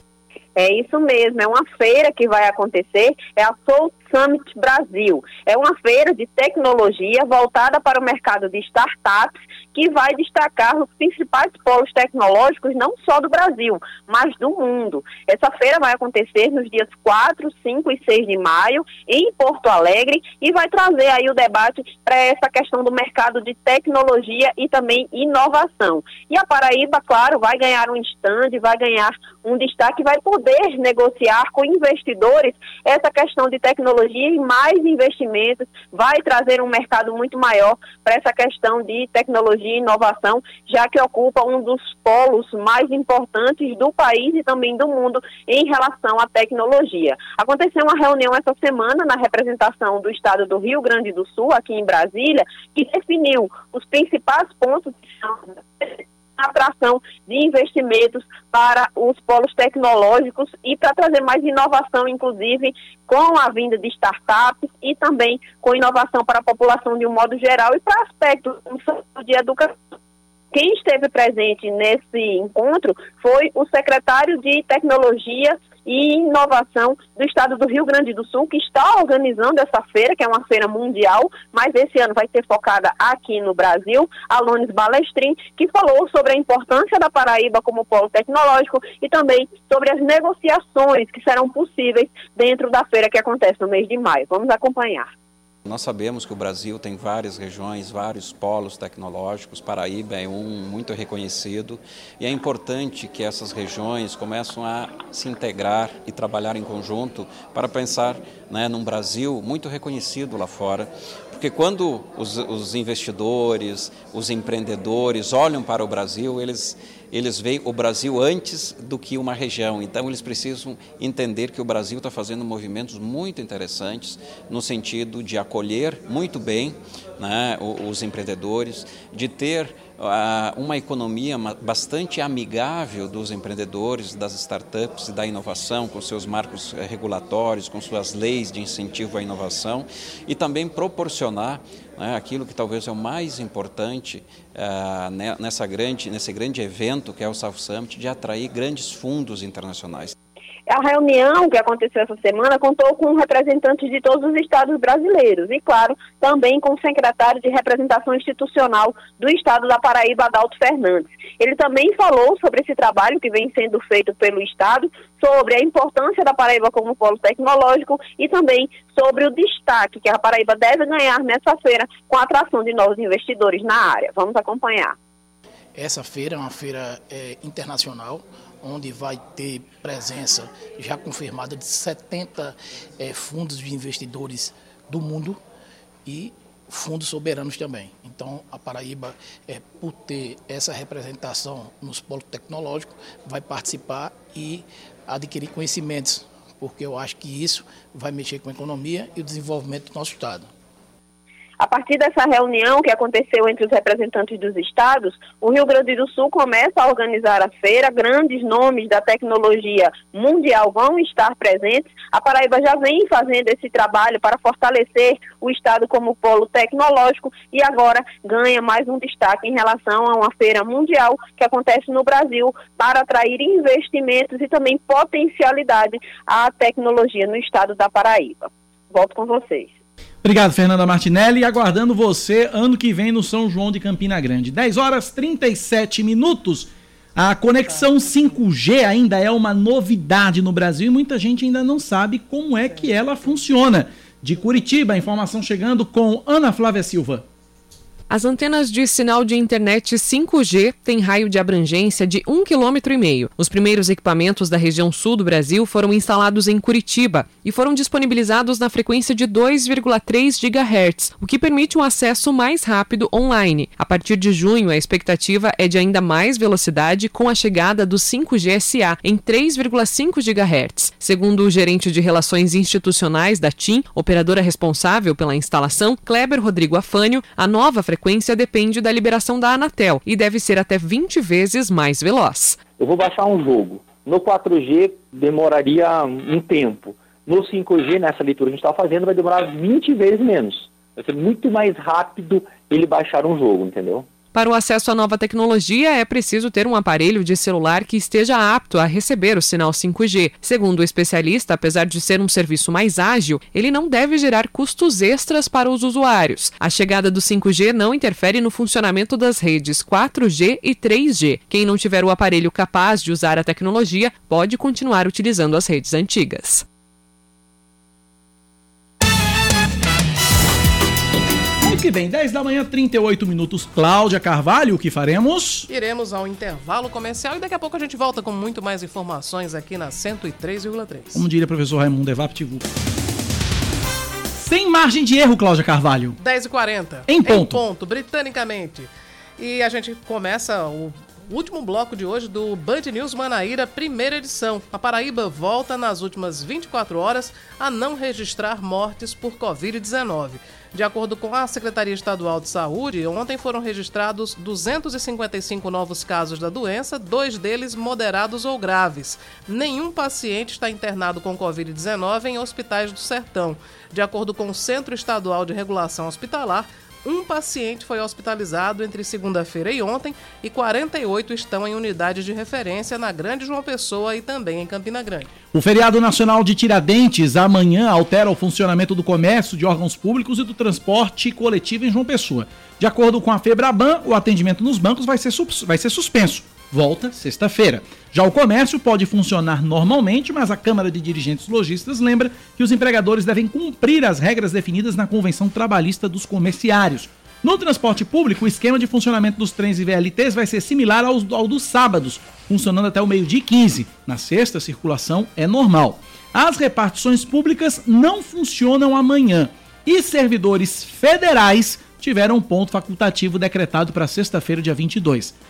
É isso mesmo, é uma feira que vai acontecer, é a Soul Summit Brasil. É uma feira de tecnologia voltada para o mercado de startups que vai destacar os principais polos tecnológicos não só do Brasil, mas do mundo. Essa feira vai acontecer nos dias quatro, cinco e seis de maio em Porto Alegre e vai trazer aí o debate para essa questão do mercado de tecnologia e também inovação. E a Paraíba, claro, vai ganhar um stand, vai ganhar um destaque, vai poder negociar com investidores essa questão de tecnologia e mais investimentos, vai trazer um mercado muito maior para essa questão de tecnologia e inovação, já que ocupa um dos polos mais importantes do país e também do mundo em relação à tecnologia. Aconteceu uma reunião essa semana na representação do estado do Rio Grande do Sul, aqui em Brasília, que definiu os principais pontos de atração de investimentos para os polos tecnológicos e para trazer mais inovação, inclusive com a vinda de startups e também com inovação para a população de um modo geral e para aspectos de educação. Quem esteve presente nesse encontro foi o secretário de Tecnologia e Inovação do estado do Rio Grande do Sul, que está organizando essa feira, que é uma feira mundial, mas esse ano vai ser focada aqui no Brasil, Alones Balestrin, que falou sobre a importância da Paraíba como polo tecnológico e também sobre as negociações que serão possíveis dentro da feira que acontece no mês de maio. Vamos acompanhar. Nós sabemos que o Brasil tem várias regiões, vários polos tecnológicos, Paraíba é um muito reconhecido e é importante que essas regiões comecem a se integrar e trabalhar em conjunto para pensar, né, num Brasil muito reconhecido lá fora. Porque quando os, os investidores, os empreendedores olham para o Brasil, eles eles veem o Brasil antes do que uma região. Então, eles precisam entender que o Brasil está fazendo movimentos muito interessantes no sentido de acolher muito bem, né, os empreendedores, de ter uh, uma economia bastante amigável dos empreendedores, das startups e da inovação, com seus marcos regulatórios, com suas leis de incentivo à inovação, e também proporcionar, né, aquilo que talvez é o mais importante uh, nessa grande, nesse grande evento que é o South Summit, de atrair grandes fundos internacionais. A reunião que aconteceu essa semana contou com representantes de todos os estados brasileiros e, claro, também com o secretário de representação institucional do estado da Paraíba, Adalto Fernandes. Ele também falou sobre esse trabalho que vem sendo feito pelo estado, sobre a importância da Paraíba como polo tecnológico e também sobre o destaque que a Paraíba deve ganhar nessa feira com a atração de novos investidores na área. Vamos acompanhar. Essa feira é uma feira é, internacional, onde vai ter presença já confirmada de setenta é, fundos de investidores do mundo e fundos soberanos também. Então, a Paraíba, é, por ter essa representação nos polos tecnológicos, vai participar e adquirir conhecimentos, porque eu acho que isso vai mexer com a economia e o desenvolvimento do nosso estado. A partir dessa reunião que aconteceu entre os representantes dos estados, o Rio Grande do Sul começa a organizar a feira, grandes nomes da tecnologia mundial vão estar presentes. A Paraíba já vem fazendo esse trabalho para fortalecer o estado como polo tecnológico e agora ganha mais um destaque em relação a uma feira mundial que acontece no Brasil para atrair investimentos e também potencialidade à tecnologia no estado da Paraíba. Volto com vocês. Obrigado, Fernanda Martinelli, e aguardando você ano que vem no São João de Campina Grande. dez horas e trinta e sete minutos. A conexão cinco G ainda é uma novidade no Brasil e muita gente ainda não sabe como é que ela funciona. De Curitiba, a informação chegando com Ana Flávia Silva. As antenas de sinal de internet cinco G têm raio de abrangência de um vírgula cinco quilômetros. Os primeiros equipamentos da região sul do Brasil foram instalados em Curitiba e foram disponibilizados na frequência de dois vírgula três gigahertz, o que permite um acesso mais rápido online. A partir de junho, a expectativa é de ainda mais velocidade com a chegada do cinco G S A em três vírgula cinco gigahertz. Segundo o gerente de relações institucionais da TIM, operadora responsável pela instalação, Kleber Rodrigo Afânio, a nova frequência A frequência depende da liberação da Anatel e deve ser até vinte vezes mais veloz. Eu vou baixar um jogo. No quatro G demoraria um tempo. No cinco G, nessa leitura que a gente está fazendo, vai demorar vinte vezes menos. Vai ser muito mais rápido ele baixar um jogo, entendeu? Para o acesso à nova tecnologia, é preciso ter um aparelho de celular que esteja apto a receber o sinal cinco G. Segundo o especialista, apesar de ser um serviço mais ágil, ele não deve gerar custos extras para os usuários. A chegada do cinco G não interfere no funcionamento das redes quatro G e três G. Quem não tiver o aparelho capaz de usar a tecnologia pode continuar utilizando as redes antigas. Que vem, dez da manhã, trinta e oito minutos. Cláudia Carvalho, o que faremos? Iremos ao intervalo comercial e daqui a pouco a gente volta com muito mais informações aqui na cento e três vírgula três. Como diria o professor Raimundo Evaptivu. Sem margem de erro, Cláudia Carvalho. dez e quarenta. Em ponto. Em ponto, britanicamente. E a gente começa o último bloco de hoje do Band News Manaíra, primeira edição. A Paraíba volta nas últimas vinte e quatro horas a não registrar mortes por covid dezenove. De acordo com a Secretaria Estadual de Saúde, ontem foram registrados duzentos e cinquenta e cinco novos casos da doença, dois deles moderados ou graves. Nenhum paciente está internado com covid dezenove em hospitais do Sertão. De acordo com o Centro Estadual de Regulação Hospitalar, um paciente foi hospitalizado entre segunda-feira e ontem e quarenta e oito estão em unidades de referência na Grande João Pessoa e também em Campina Grande. O feriado nacional de Tiradentes amanhã altera o funcionamento do comércio, de órgãos públicos e do transporte coletivo em João Pessoa. De acordo com a FEBRABAN, o atendimento nos bancos vai ser, vai ser suspenso. Volta sexta-feira. Já o comércio pode funcionar normalmente, mas a Câmara de Dirigentes Lojistas lembra que os empregadores devem cumprir as regras definidas na Convenção Trabalhista dos Comerciários. No transporte público, o esquema de funcionamento dos trens e V L Ts vai ser similar ao, ao dos sábados, funcionando até o meio-dia e quinze. Na sexta, a circulação é normal. As repartições públicas não funcionam amanhã. E servidores federais tiveram um ponto facultativo decretado para sexta-feira, dia vinte e dois.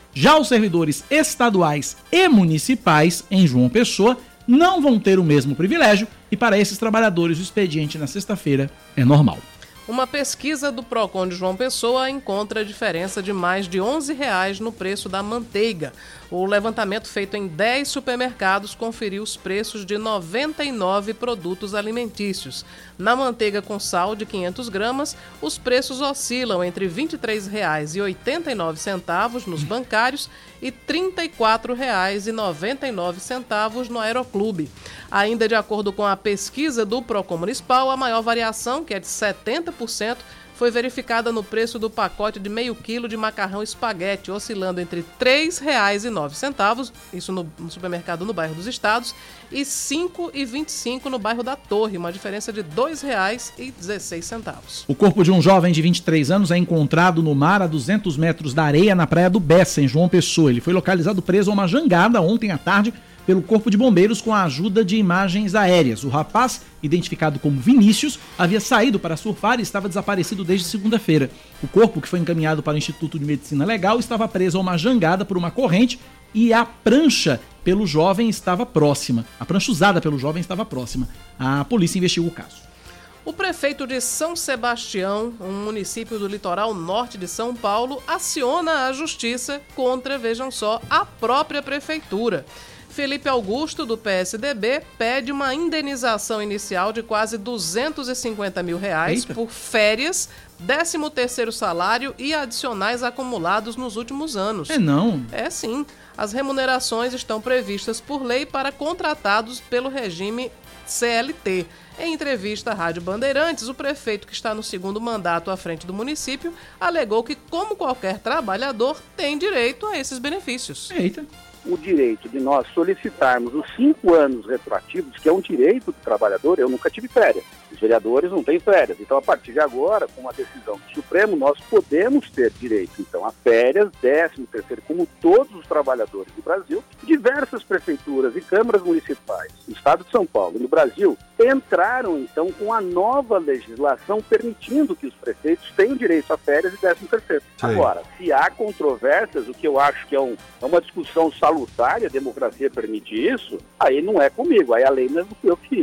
Já os servidores estaduais e municipais em João Pessoa não vão ter o mesmo privilégio e para esses trabalhadores o expediente na sexta-feira é normal. Uma pesquisa do Procon de João Pessoa encontra a diferença de mais de onze reais no preço da manteiga. O levantamento feito em dez supermercados conferiu os preços de noventa e nove produtos alimentícios. Na manteiga com sal de quinhentas gramas, os preços oscilam entre vinte e três reais e oitenta e nove centavos nos bancários e trinta e quatro reais e noventa e nove centavos no Aeroclube. Ainda de acordo com a pesquisa do Procon Municipal, a maior variação, que é de setenta por cento, foi verificada no preço do pacote de meio quilo de macarrão espaguete, oscilando entre três reais e nove centavos, isso no, no supermercado no bairro dos Estados, e cinco reais e vinte e cinco centavos no bairro da Torre, uma diferença de dois reais e dezesseis centavos. O corpo de um jovem de vinte e três anos é encontrado no mar a duzentos metros da areia na praia do Bessa, em João Pessoa. Ele foi localizado preso a uma jangada ontem à tarde pelo Corpo de Bombeiros com a ajuda de imagens aéreas. O rapaz, identificado como Vinícius, havia saído para surfar e estava desaparecido desde segunda-feira. O corpo, que foi encaminhado para o Instituto de Medicina Legal, estava preso a uma jangada por uma corrente e a prancha pelo jovem estava próxima. A prancha usada pelo jovem estava próxima. A polícia investiga o caso. O prefeito de São Sebastião, um município do litoral norte de São Paulo, aciona a justiça contra, vejam só, a própria prefeitura. Felipe Augusto, do P S D B, pede uma indenização inicial de quase duzentos e cinquenta mil reais Eita. por férias, décimo terceiro salário e adicionais acumulados nos últimos anos. É não? É sim. As remunerações estão previstas por lei para contratados pelo regime C L T. Em entrevista à Rádio Bandeirantes, o prefeito, que está no segundo mandato à frente do município, alegou que, como qualquer trabalhador, tem direito a esses benefícios. Eita. O direito de nós solicitarmos os cinco anos retroativos, que é um direito do trabalhador, eu nunca tive férias. Os vereadores não têm férias. Então, a partir de agora, com uma decisão do Supremo, nós podemos ter direito, então, a férias, décimo terceiro, como todos os trabalhadores do Brasil. Diversas prefeituras e câmaras municipais no estado de São Paulo e no Brasil entraram, então, com a nova legislação permitindo que os prefeitos tenham direito a férias e décimo terceiro. Sim. Agora, se há controvérsias, o que eu acho que é, um, é uma discussão salutar, e a democracia permite isso, aí não é comigo, aí a lei não é do que eu fiz.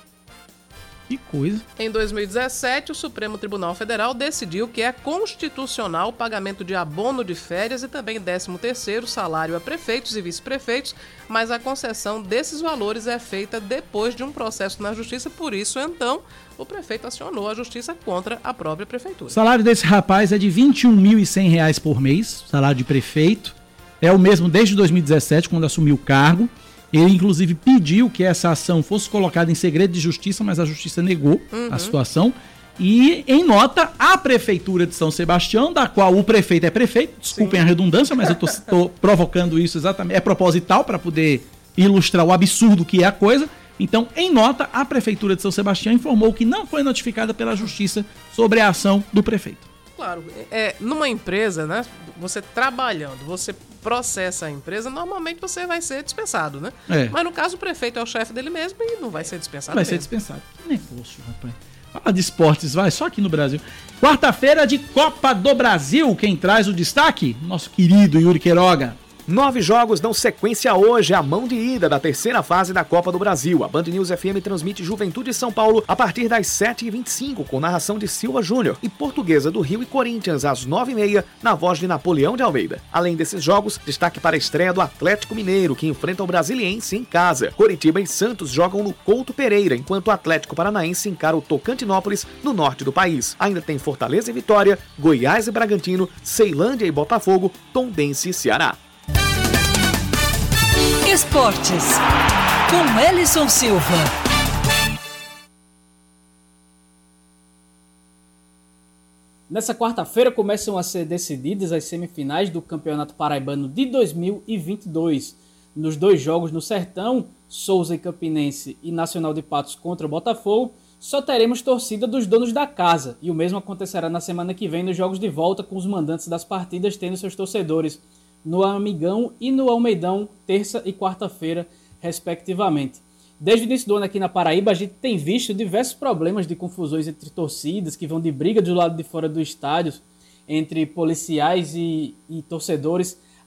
Que coisa. Em dois mil e dezessete, o Supremo Tribunal Federal decidiu que é constitucional o pagamento de abono de férias e também décimo terceiro salário a prefeitos e vice-prefeitos, mas a concessão desses valores é feita depois de um processo na Justiça, por isso, então, o prefeito acionou a Justiça contra a própria prefeitura. O salário desse rapaz é de vinte e um mil e cem reais por mês, salário de prefeito. É o mesmo desde dois mil e dezessete, quando assumiu o cargo. Ele, inclusive, pediu que essa ação fosse colocada em segredo de justiça, mas a justiça negou uhum. a situação. E, em nota, a Prefeitura de São Sebastião, da qual o prefeito é prefeito, desculpem Sim. a redundância, mas eu estou provocando isso exatamente, é proposital para poder ilustrar o absurdo que é a coisa. Então, em nota, a Prefeitura de São Sebastião informou que não foi notificada pela justiça sobre a ação do prefeito. Claro, é, numa empresa, né, você trabalhando, você processa a empresa, normalmente você vai ser dispensado, né? É. Mas no caso o prefeito é o chefe dele mesmo e não vai ser dispensado Vai mesmo. ser dispensado. Que negócio, rapaz. Fala de esportes, vai, só aqui no Brasil. Quarta-feira de Copa do Brasil, quem traz o destaque? Nosso querido Yuri Queiroga. Nove jogos dão sequência hoje à mão de ida da terceira fase da Copa do Brasil. A Band News F M transmite Juventude São Paulo a partir das sete e vinte e cinco, com narração de Silva Júnior, e Portuguesa do Rio e Corinthians às nove e meia, na voz de Napoleão de Almeida. Além desses jogos, destaque para a estreia do Atlético Mineiro, que enfrenta o Brasiliense em casa. Coritiba e Santos jogam no Couto Pereira, enquanto o Atlético Paranaense encara o Tocantinópolis, no norte do país. Ainda tem Fortaleza e Vitória, Goiás e Bragantino, Ceilândia e Botafogo, Tombense e Ceará. Esportes, com Elison Silva. Nessa quarta-feira começam a ser decididas as semifinais do Campeonato Paraibano de dois mil e vinte e dois. Nos dois jogos no Sertão, Souza e Campinense e Nacional de Patos contra o Botafogo, só teremos torcida dos donos da casa, e o mesmo acontecerá na semana que vem nos jogos de volta, com os mandantes das partidas tendo seus torcedores no Amigão e no Almeidão, terça e quarta-feira, respectivamente. Desde o início do ano aqui na Paraíba, a gente tem visto diversos problemas de confusões entre torcidas, que vão de briga do lado de fora do estádio, entre policiais e, e torcedores.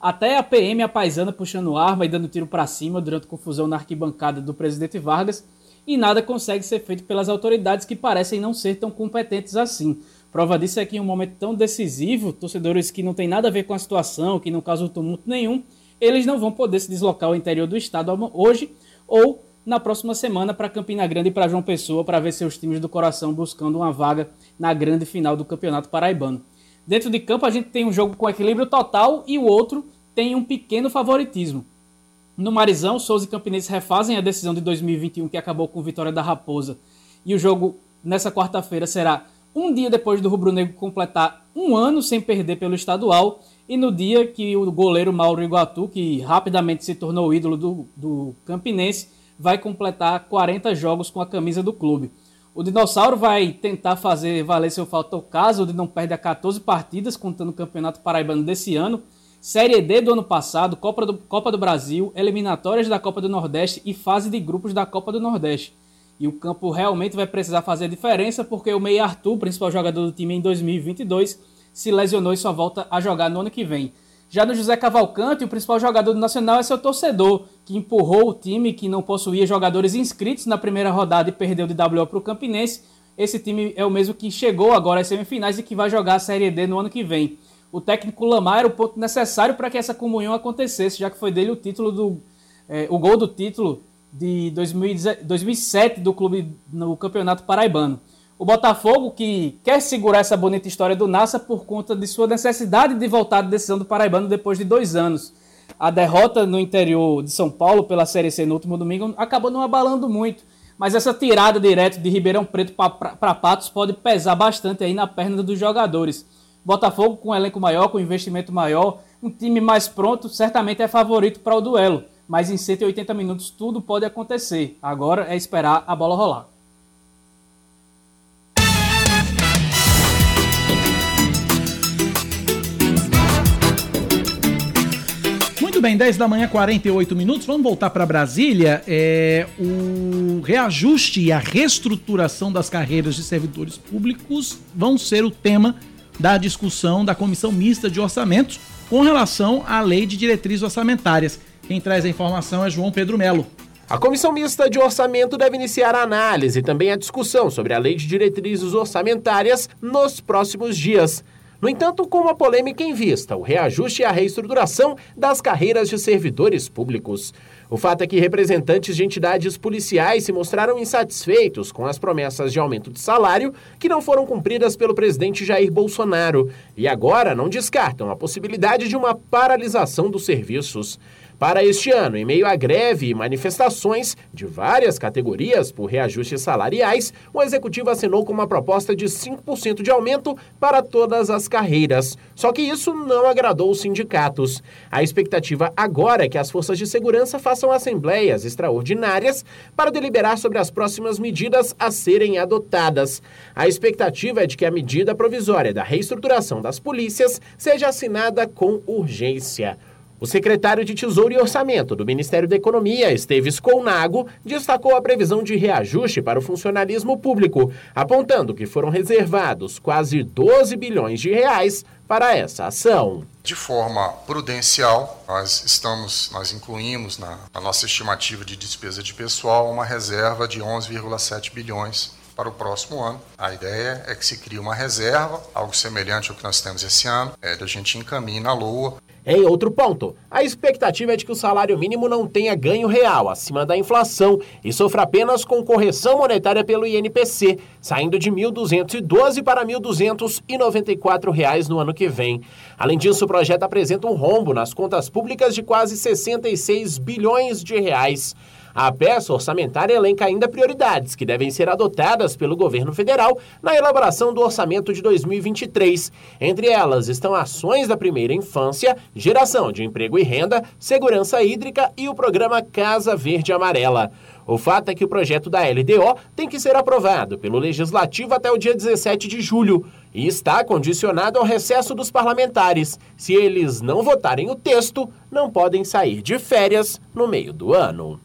Até a P M apaisana puxando arma e dando tiro para cima durante confusão na arquibancada do presidente Vargas, e nada consegue ser feito pelas autoridades que parecem não ser tão competentes assim. Prova disso é que em um momento tão decisivo, torcedores que não têm nada a ver com a situação, que não causam tumulto nenhum, eles não vão poder se deslocar ao interior do estado hoje ou na próxima semana para Campina Grande e para João Pessoa para ver seus times do coração buscando uma vaga na grande final do Campeonato Paraibano. Dentro de campo a gente tem um jogo com equilíbrio total e o outro tem um pequeno favoritismo. No Marizão, Souza e Campinense refazem a decisão de dois mil e vinte e um que acabou com vitória da Raposa, e o jogo nessa quarta-feira será um dia depois do rubro-negro completar um ano sem perder pelo estadual, e no dia que o goleiro Mauro Iguatu, que rapidamente se tornou o ídolo do, do Campinense, vai completar quarenta jogos com a camisa do clube. O Dinossauro vai tentar fazer valer seu fator caso de não perder quatorze partidas, contando o Campeonato Paraibano desse ano, Série D do ano passado, Copa do, Copa do Brasil, eliminatórias da Copa do Nordeste e fase de grupos da Copa do Nordeste. E o campo realmente vai precisar fazer a diferença, porque o meia Arthur, principal jogador do time em dois mil e vinte e dois, se lesionou e só volta a jogar no ano que vem. Já no José Cavalcante, o principal jogador do Nacional é seu torcedor, que empurrou o time que não possuía jogadores inscritos na primeira rodada e perdeu de W O para o Campinense. Esse time é o mesmo que chegou agora às semifinais e que vai jogar a Série D no ano que vem. O técnico Lamar era o ponto necessário para que essa comunhão acontecesse, já que foi dele o título do, é, o gol do título de dois mil e sete do clube no Campeonato Paraibano. O Botafogo, que quer segurar essa bonita história do Nassa por conta de sua necessidade de voltar à decisão do Paraibano depois de dois anos. A derrota no interior de São Paulo pela Série C no último domingo acabou não abalando muito, mas essa tirada direto de Ribeirão Preto para Patos pode pesar bastante aí na perna dos jogadores. Botafogo, com um elenco maior, com investimento maior, um time mais pronto, certamente é favorito para o duelo, mas em cento e oitenta minutos tudo pode acontecer. Agora é esperar a bola rolar. Muito bem, dez da manhã, quarenta e oito minutos. Vamos voltar para Brasília. É, o reajuste e a reestruturação das carreiras de servidores públicos vão ser o tema da discussão da Comissão Mista de Orçamentos com relação à Lei de Diretrizes Orçamentárias. Quem traz a informação é João Pedro Melo. A Comissão Mista de Orçamento deve iniciar a análise e também a discussão sobre a Lei de Diretrizes Orçamentárias nos próximos dias. No entanto, com uma polêmica em vista, o reajuste e a reestruturação das carreiras de servidores públicos. O fato é que representantes de entidades policiais se mostraram insatisfeitos com as promessas de aumento de salário que não foram cumpridas pelo presidente Jair Bolsonaro e agora não descartam a possibilidade de uma paralisação dos serviços. Para este ano, em meio à greve e manifestações de várias categorias por reajustes salariais, o Executivo assinou com uma proposta de cinco por cento de aumento para todas as carreiras. Só que isso não agradou os sindicatos. A expectativa agora é que as forças de segurança façam assembleias extraordinárias para deliberar sobre as próximas medidas a serem adotadas. A expectativa é de que a medida provisória da reestruturação das polícias seja assinada com urgência. O secretário de Tesouro e Orçamento do Ministério da Economia, Esteves Colnago, destacou a previsão de reajuste para o funcionalismo público, apontando que foram reservados quase doze bilhões de reais para essa ação. De forma prudencial, nós estamos, nós incluímos na, na nossa estimativa de despesa de pessoal uma reserva de onze vírgula sete bilhões para o próximo ano. A ideia é que se crie uma reserva, algo semelhante ao que nós temos esse ano, é, a gente encaminhe na LOA. Em outro ponto, a expectativa é de que o salário mínimo não tenha ganho real acima da inflação e sofra apenas com correção monetária pelo I N P C, saindo de mil duzentos e doze para mil duzentos e noventa e quatro reais no ano que vem. Além disso, o projeto apresenta um rombo nas contas públicas de quase sessenta e seis bilhões de reais. A peça orçamentária elenca ainda prioridades que devem ser adotadas pelo governo federal na elaboração do orçamento de dois mil e vinte e três. Entre elas estão ações da primeira infância, geração de emprego e renda, segurança hídrica e o programa Casa Verde e Amarela. O fato é que o projeto da L D O tem que ser aprovado pelo Legislativo até o dia dezessete de julho e está condicionado ao recesso dos parlamentares. Se eles não votarem o texto, não podem sair de férias no meio do ano.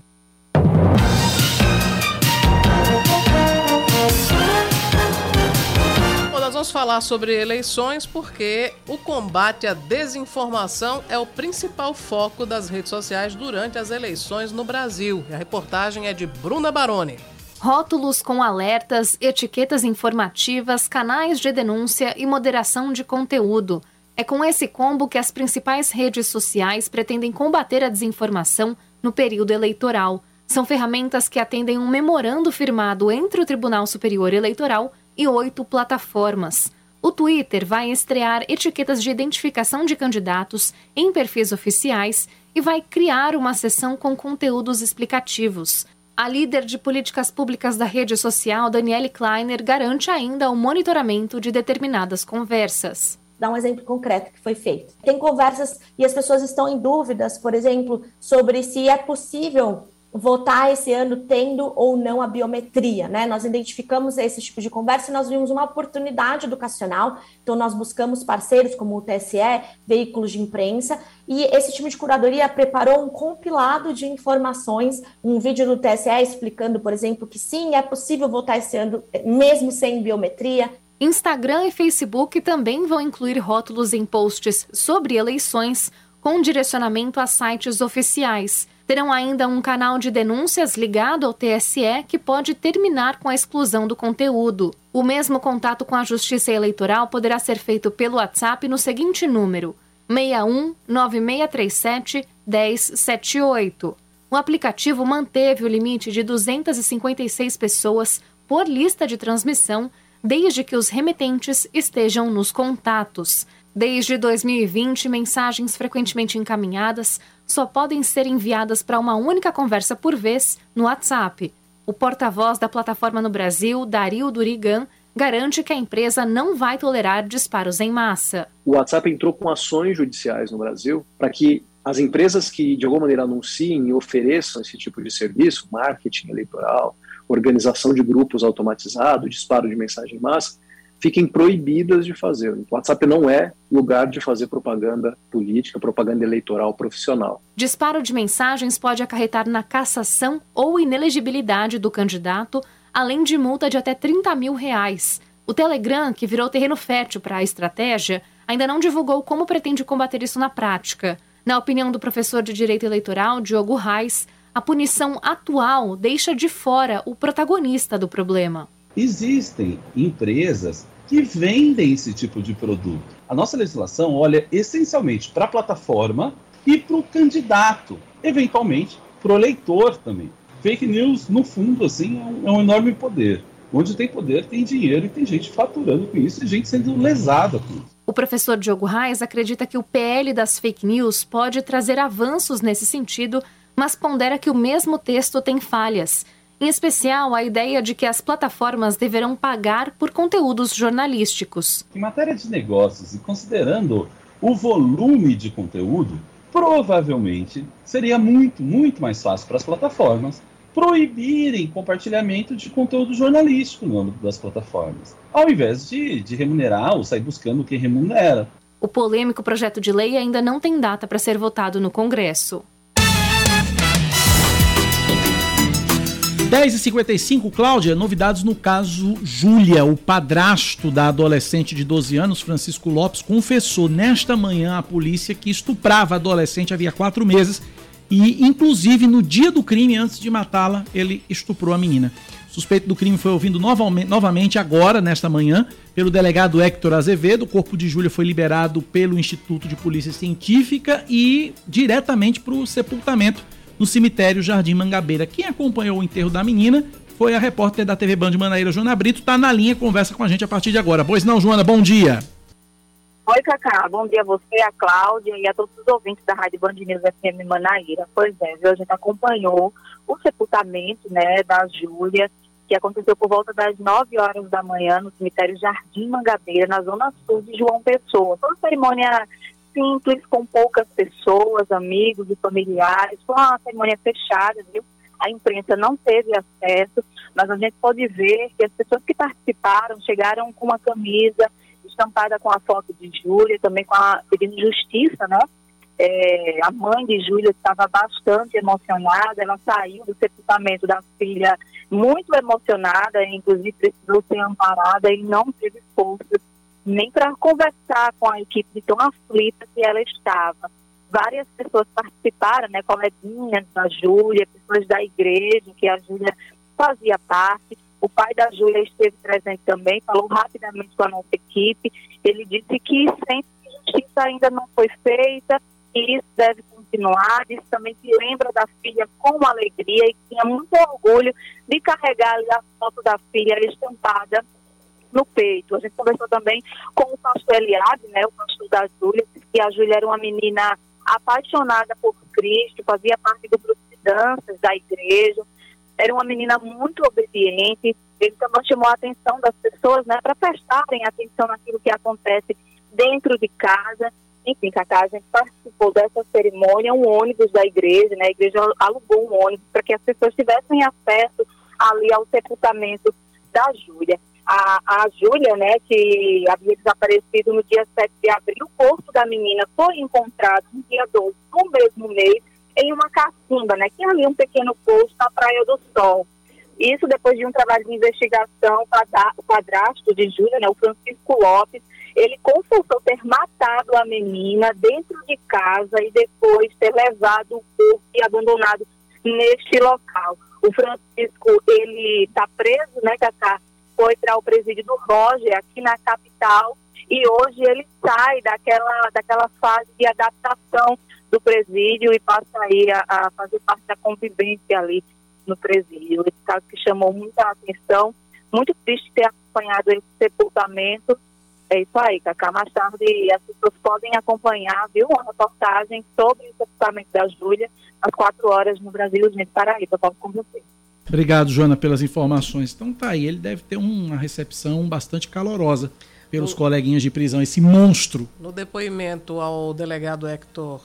vamos falar sobre eleições porque o combate à desinformação é o principal foco das redes sociais durante as eleições no Brasil. A reportagem é de Bruna Baroni. Rótulos com alertas, etiquetas informativas, canais de denúncia e moderação de conteúdo. É com esse combo que as principais redes sociais pretendem combater a desinformação no período eleitoral. São ferramentas que atendem um memorando firmado entre o Tribunal Superior Eleitoral e oito plataformas. O Twitter vai estrear etiquetas de identificação de candidatos em perfis oficiais e vai criar uma seção com conteúdos explicativos. A líder de políticas públicas da rede social, Daniele Kleiner, garante ainda o monitoramento de determinadas conversas. Dar um exemplo concreto que foi feito. Tem conversas e as pessoas estão em dúvidas, por exemplo, sobre se é possível votar esse ano tendo ou não a biometria, né? Nós identificamos esse tipo de conversa e nós vimos uma oportunidade educacional, então nós buscamos parceiros como o T S E, veículos de imprensa, e esse time de curadoria preparou um compilado de informações, um vídeo do T S E explicando, por exemplo, que sim, é possível votar esse ano mesmo sem biometria. Instagram e Facebook também vão incluir rótulos em posts sobre eleições com direcionamento a sites oficiais. Terão ainda um canal de denúncias ligado ao T S E que pode terminar com a exclusão do conteúdo. O mesmo contato com a Justiça Eleitoral poderá ser feito pelo WhatsApp no seguinte número: seis um nove seis três sete um zero sete oito. O aplicativo manteve o limite de duzentas e cinquenta e seis pessoas por lista de transmissão, desde que os remetentes estejam nos contatos. Desde dois mil e vinte, mensagens frequentemente encaminhadas só podem ser enviadas para uma única conversa por vez no WhatsApp. O porta-voz da plataforma no Brasil, Dario Durigan, garante que a empresa não vai tolerar disparos em massa. O WhatsApp entrou com ações judiciais no Brasil para que as empresas que de alguma maneira anunciem e ofereçam esse tipo de serviço, marketing eleitoral, organização de grupos automatizado, disparo de mensagem em massa, fiquem proibidas de fazer. O WhatsApp não é lugar de fazer propaganda política, propaganda eleitoral profissional. Disparo de mensagens pode acarretar na cassação ou inelegibilidade do candidato, além de multa de até trinta mil reais. O Telegram, que virou terreno fértil para a estratégia, ainda não divulgou como pretende combater isso na prática. Na opinião do professor de Direito Eleitoral, Diogo Reis, a punição atual deixa de fora o protagonista do problema. Existem empresas que vendem esse tipo de produto. A nossa legislação olha essencialmente para a plataforma e para o candidato, eventualmente para o eleitor também. Fake news, no fundo, assim, é um, é um enorme poder. Onde tem poder, tem dinheiro e tem gente faturando com isso e gente sendo lesada com isso. O professor Diogo Reis acredita que o P L das fake news pode trazer avanços nesse sentido, mas pondera que o mesmo texto tem falhas. Em especial, a ideia de que as plataformas deverão pagar por conteúdos jornalísticos. Em matéria de negócios e considerando o volume de conteúdo, provavelmente seria muito, muito mais fácil para as plataformas proibirem compartilhamento de conteúdo jornalístico no âmbito das plataformas, ao invés de, de remunerar ou sair buscando quem remunera. O polêmico projeto de lei ainda não tem data para ser votado no Congresso. dez e cinquenta e cinco, Cláudia, novidades no caso Júlia. O padrasto da adolescente de doze anos, Francisco Lopes, confessou nesta manhã à polícia que estuprava a adolescente havia quatro meses e, inclusive, no dia do crime, antes de matá-la, ele estuprou a menina. O suspeito do crime foi ouvido novamente agora, nesta manhã, pelo delegado Héctor Azevedo. O corpo de Júlia foi liberado pelo Instituto de Polícia Científica e diretamente para o sepultamento no cemitério Jardim Mangabeira. Quem acompanhou o enterro da menina foi a repórter da T V Band de Manaíra, Joana Brito. Está na linha, conversa com a gente a partir de agora. Pois não, Joana, bom dia. Oi, Cacá. Bom dia a você, a Cláudia e a todos os ouvintes da Rádio Band News F M Manaíra. Pois é, viu? A gente acompanhou o sepultamento, né, da Júlia, que aconteceu por volta das nove horas da manhã no cemitério Jardim Mangabeira, na zona sul de João Pessoa. Foi uma cerimônia simples, com poucas pessoas, amigos e familiares. Foi uma cerimônia fechada, viu? A imprensa não teve acesso, mas a gente pode ver que as pessoas que participaram chegaram com uma camisa estampada com a foto de Júlia, também com a pedindo justiça, né? É, a mãe de Júlia estava bastante emocionada, ela saiu do sepultamento da filha muito emocionada, inclusive precisou ser amparada e não teve forças nem para conversar com a equipe de tão aflita que ela estava. Várias pessoas participaram, né, coleguinhas da Júlia, pessoas da igreja, que a Júlia fazia parte. O pai da Júlia esteve presente também, falou rapidamente com a nossa equipe. Ele disse que sente que justiça ainda não foi feita, e isso deve continuar. Disse também que lembra da filha com alegria e tinha muito orgulho de carregar ali a foto da filha estampada no peito. A gente conversou também com o pastor Eliade, né, o pastor da Júlia, que a Júlia era uma menina apaixonada por Cristo, fazia parte do grupo de danças da igreja, era uma menina muito obediente. Ele também chamou a atenção das pessoas, né, para prestarem atenção naquilo que acontece dentro de casa. Enfim, Cacá, a gente participou dessa cerimônia, um ônibus da igreja, né, a igreja alugou um ônibus para que as pessoas tivessem acesso ali ao sepultamento da Júlia. A, a Júlia, né, que havia desaparecido no dia sete de abril, o corpo da menina foi encontrado no dia doze do mesmo mês, em uma cacimba, né, que é ali um pequeno poço na Praia do Sol. Isso depois de um trabalho de investigação, o padrasto de Júlia, né, o Francisco Lopes, ele confessou ter matado a menina dentro de casa e depois ter levado o corpo e abandonado neste local. O Francisco, ele está preso, né, Cacá? Foi para o presídio do Roger, aqui na capital, e hoje ele sai daquela, daquela fase de adaptação do presídio e passa aí a, a fazer parte da convivência ali no presídio. Esse caso que chamou muita atenção, muito triste ter acompanhado esse sepultamento. É isso aí, Cacá. Mais tarde as pessoas podem acompanhar, viu, uma reportagem sobre o sepultamento da Júlia, às quatro horas no Brasil, gente, Paraíba. Volto com você. Obrigado, Joana, pelas informações. Então tá aí, ele deve ter uma recepção bastante calorosa pelos no, coleguinhas de prisão, esse monstro. No depoimento ao delegado Hector,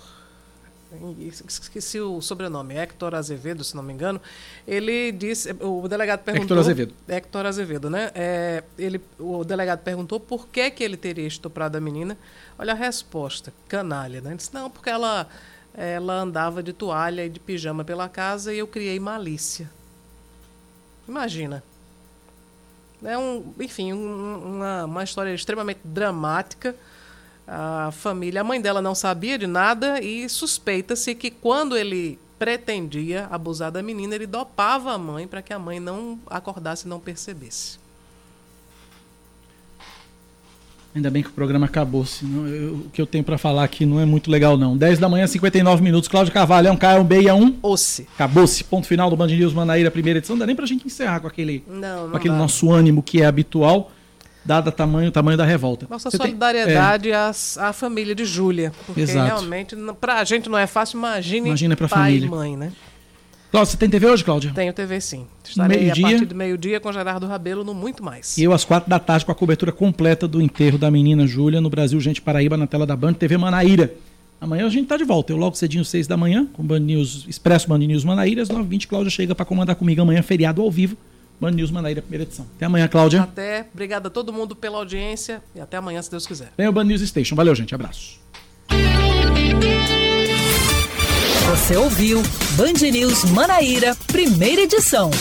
esqueci o sobrenome, Hector Azevedo, se não me engano, ele disse, o delegado perguntou... Hector Azevedo. Hector Azevedo, né? É, ele, o delegado perguntou por que, que ele teria estuprado a menina. Olha a resposta, canalha, né? Ele disse, não, porque ela, ela andava de toalha e de pijama pela casa e eu criei malícia. Imagina. É um, enfim, um, uma, uma história extremamente dramática. A família, a mãe dela não sabia de nada e suspeita-se que quando ele pretendia abusar da menina, ele dopava a mãe para que a mãe não acordasse e não percebesse. Ainda bem que o programa acabou, senão eu, o que eu tenho para falar aqui não é muito legal não. dez da manhã, cinquenta e nove minutos, Cláudio Carvalho, é um K, é um B e é um... Osse. Acabou-se, ponto final do Band News Manaíra, primeira edição. Não dá nem pra gente encerrar com aquele, não, não com aquele dá. nosso ânimo que é habitual, dado o tamanho, tamanho da revolta. Nossa Você solidariedade tem... é. às, à família de Júlia, porque Exato. realmente, pra gente não é fácil, imagine Imagina pra pai família. e mãe, né? Cláudio, você tem T V hoje, Cláudia? Tenho T V sim. Estarei meio-dia. a partir do meio-dia com Gerardo Rabelo no Muito Mais. E eu às quatro da tarde com a cobertura completa do enterro da menina Júlia no Brasil Gente Paraíba, na tela da Band, T V Manaíra. Amanhã a gente tá de volta. Eu logo cedinho, seis da manhã, com Band News, Expresso Band News Manaíra. Às nove e vinte, Cláudia chega para comandar comigo amanhã, feriado ao vivo. Band News Manaíra, primeira edição. Até amanhã, Cláudia. Até. Obrigada a todo mundo pela audiência e até amanhã, se Deus quiser. Vem o Band News Station. Valeu, gente. Abraço. Você ouviu Band News Manaíra, primeira edição.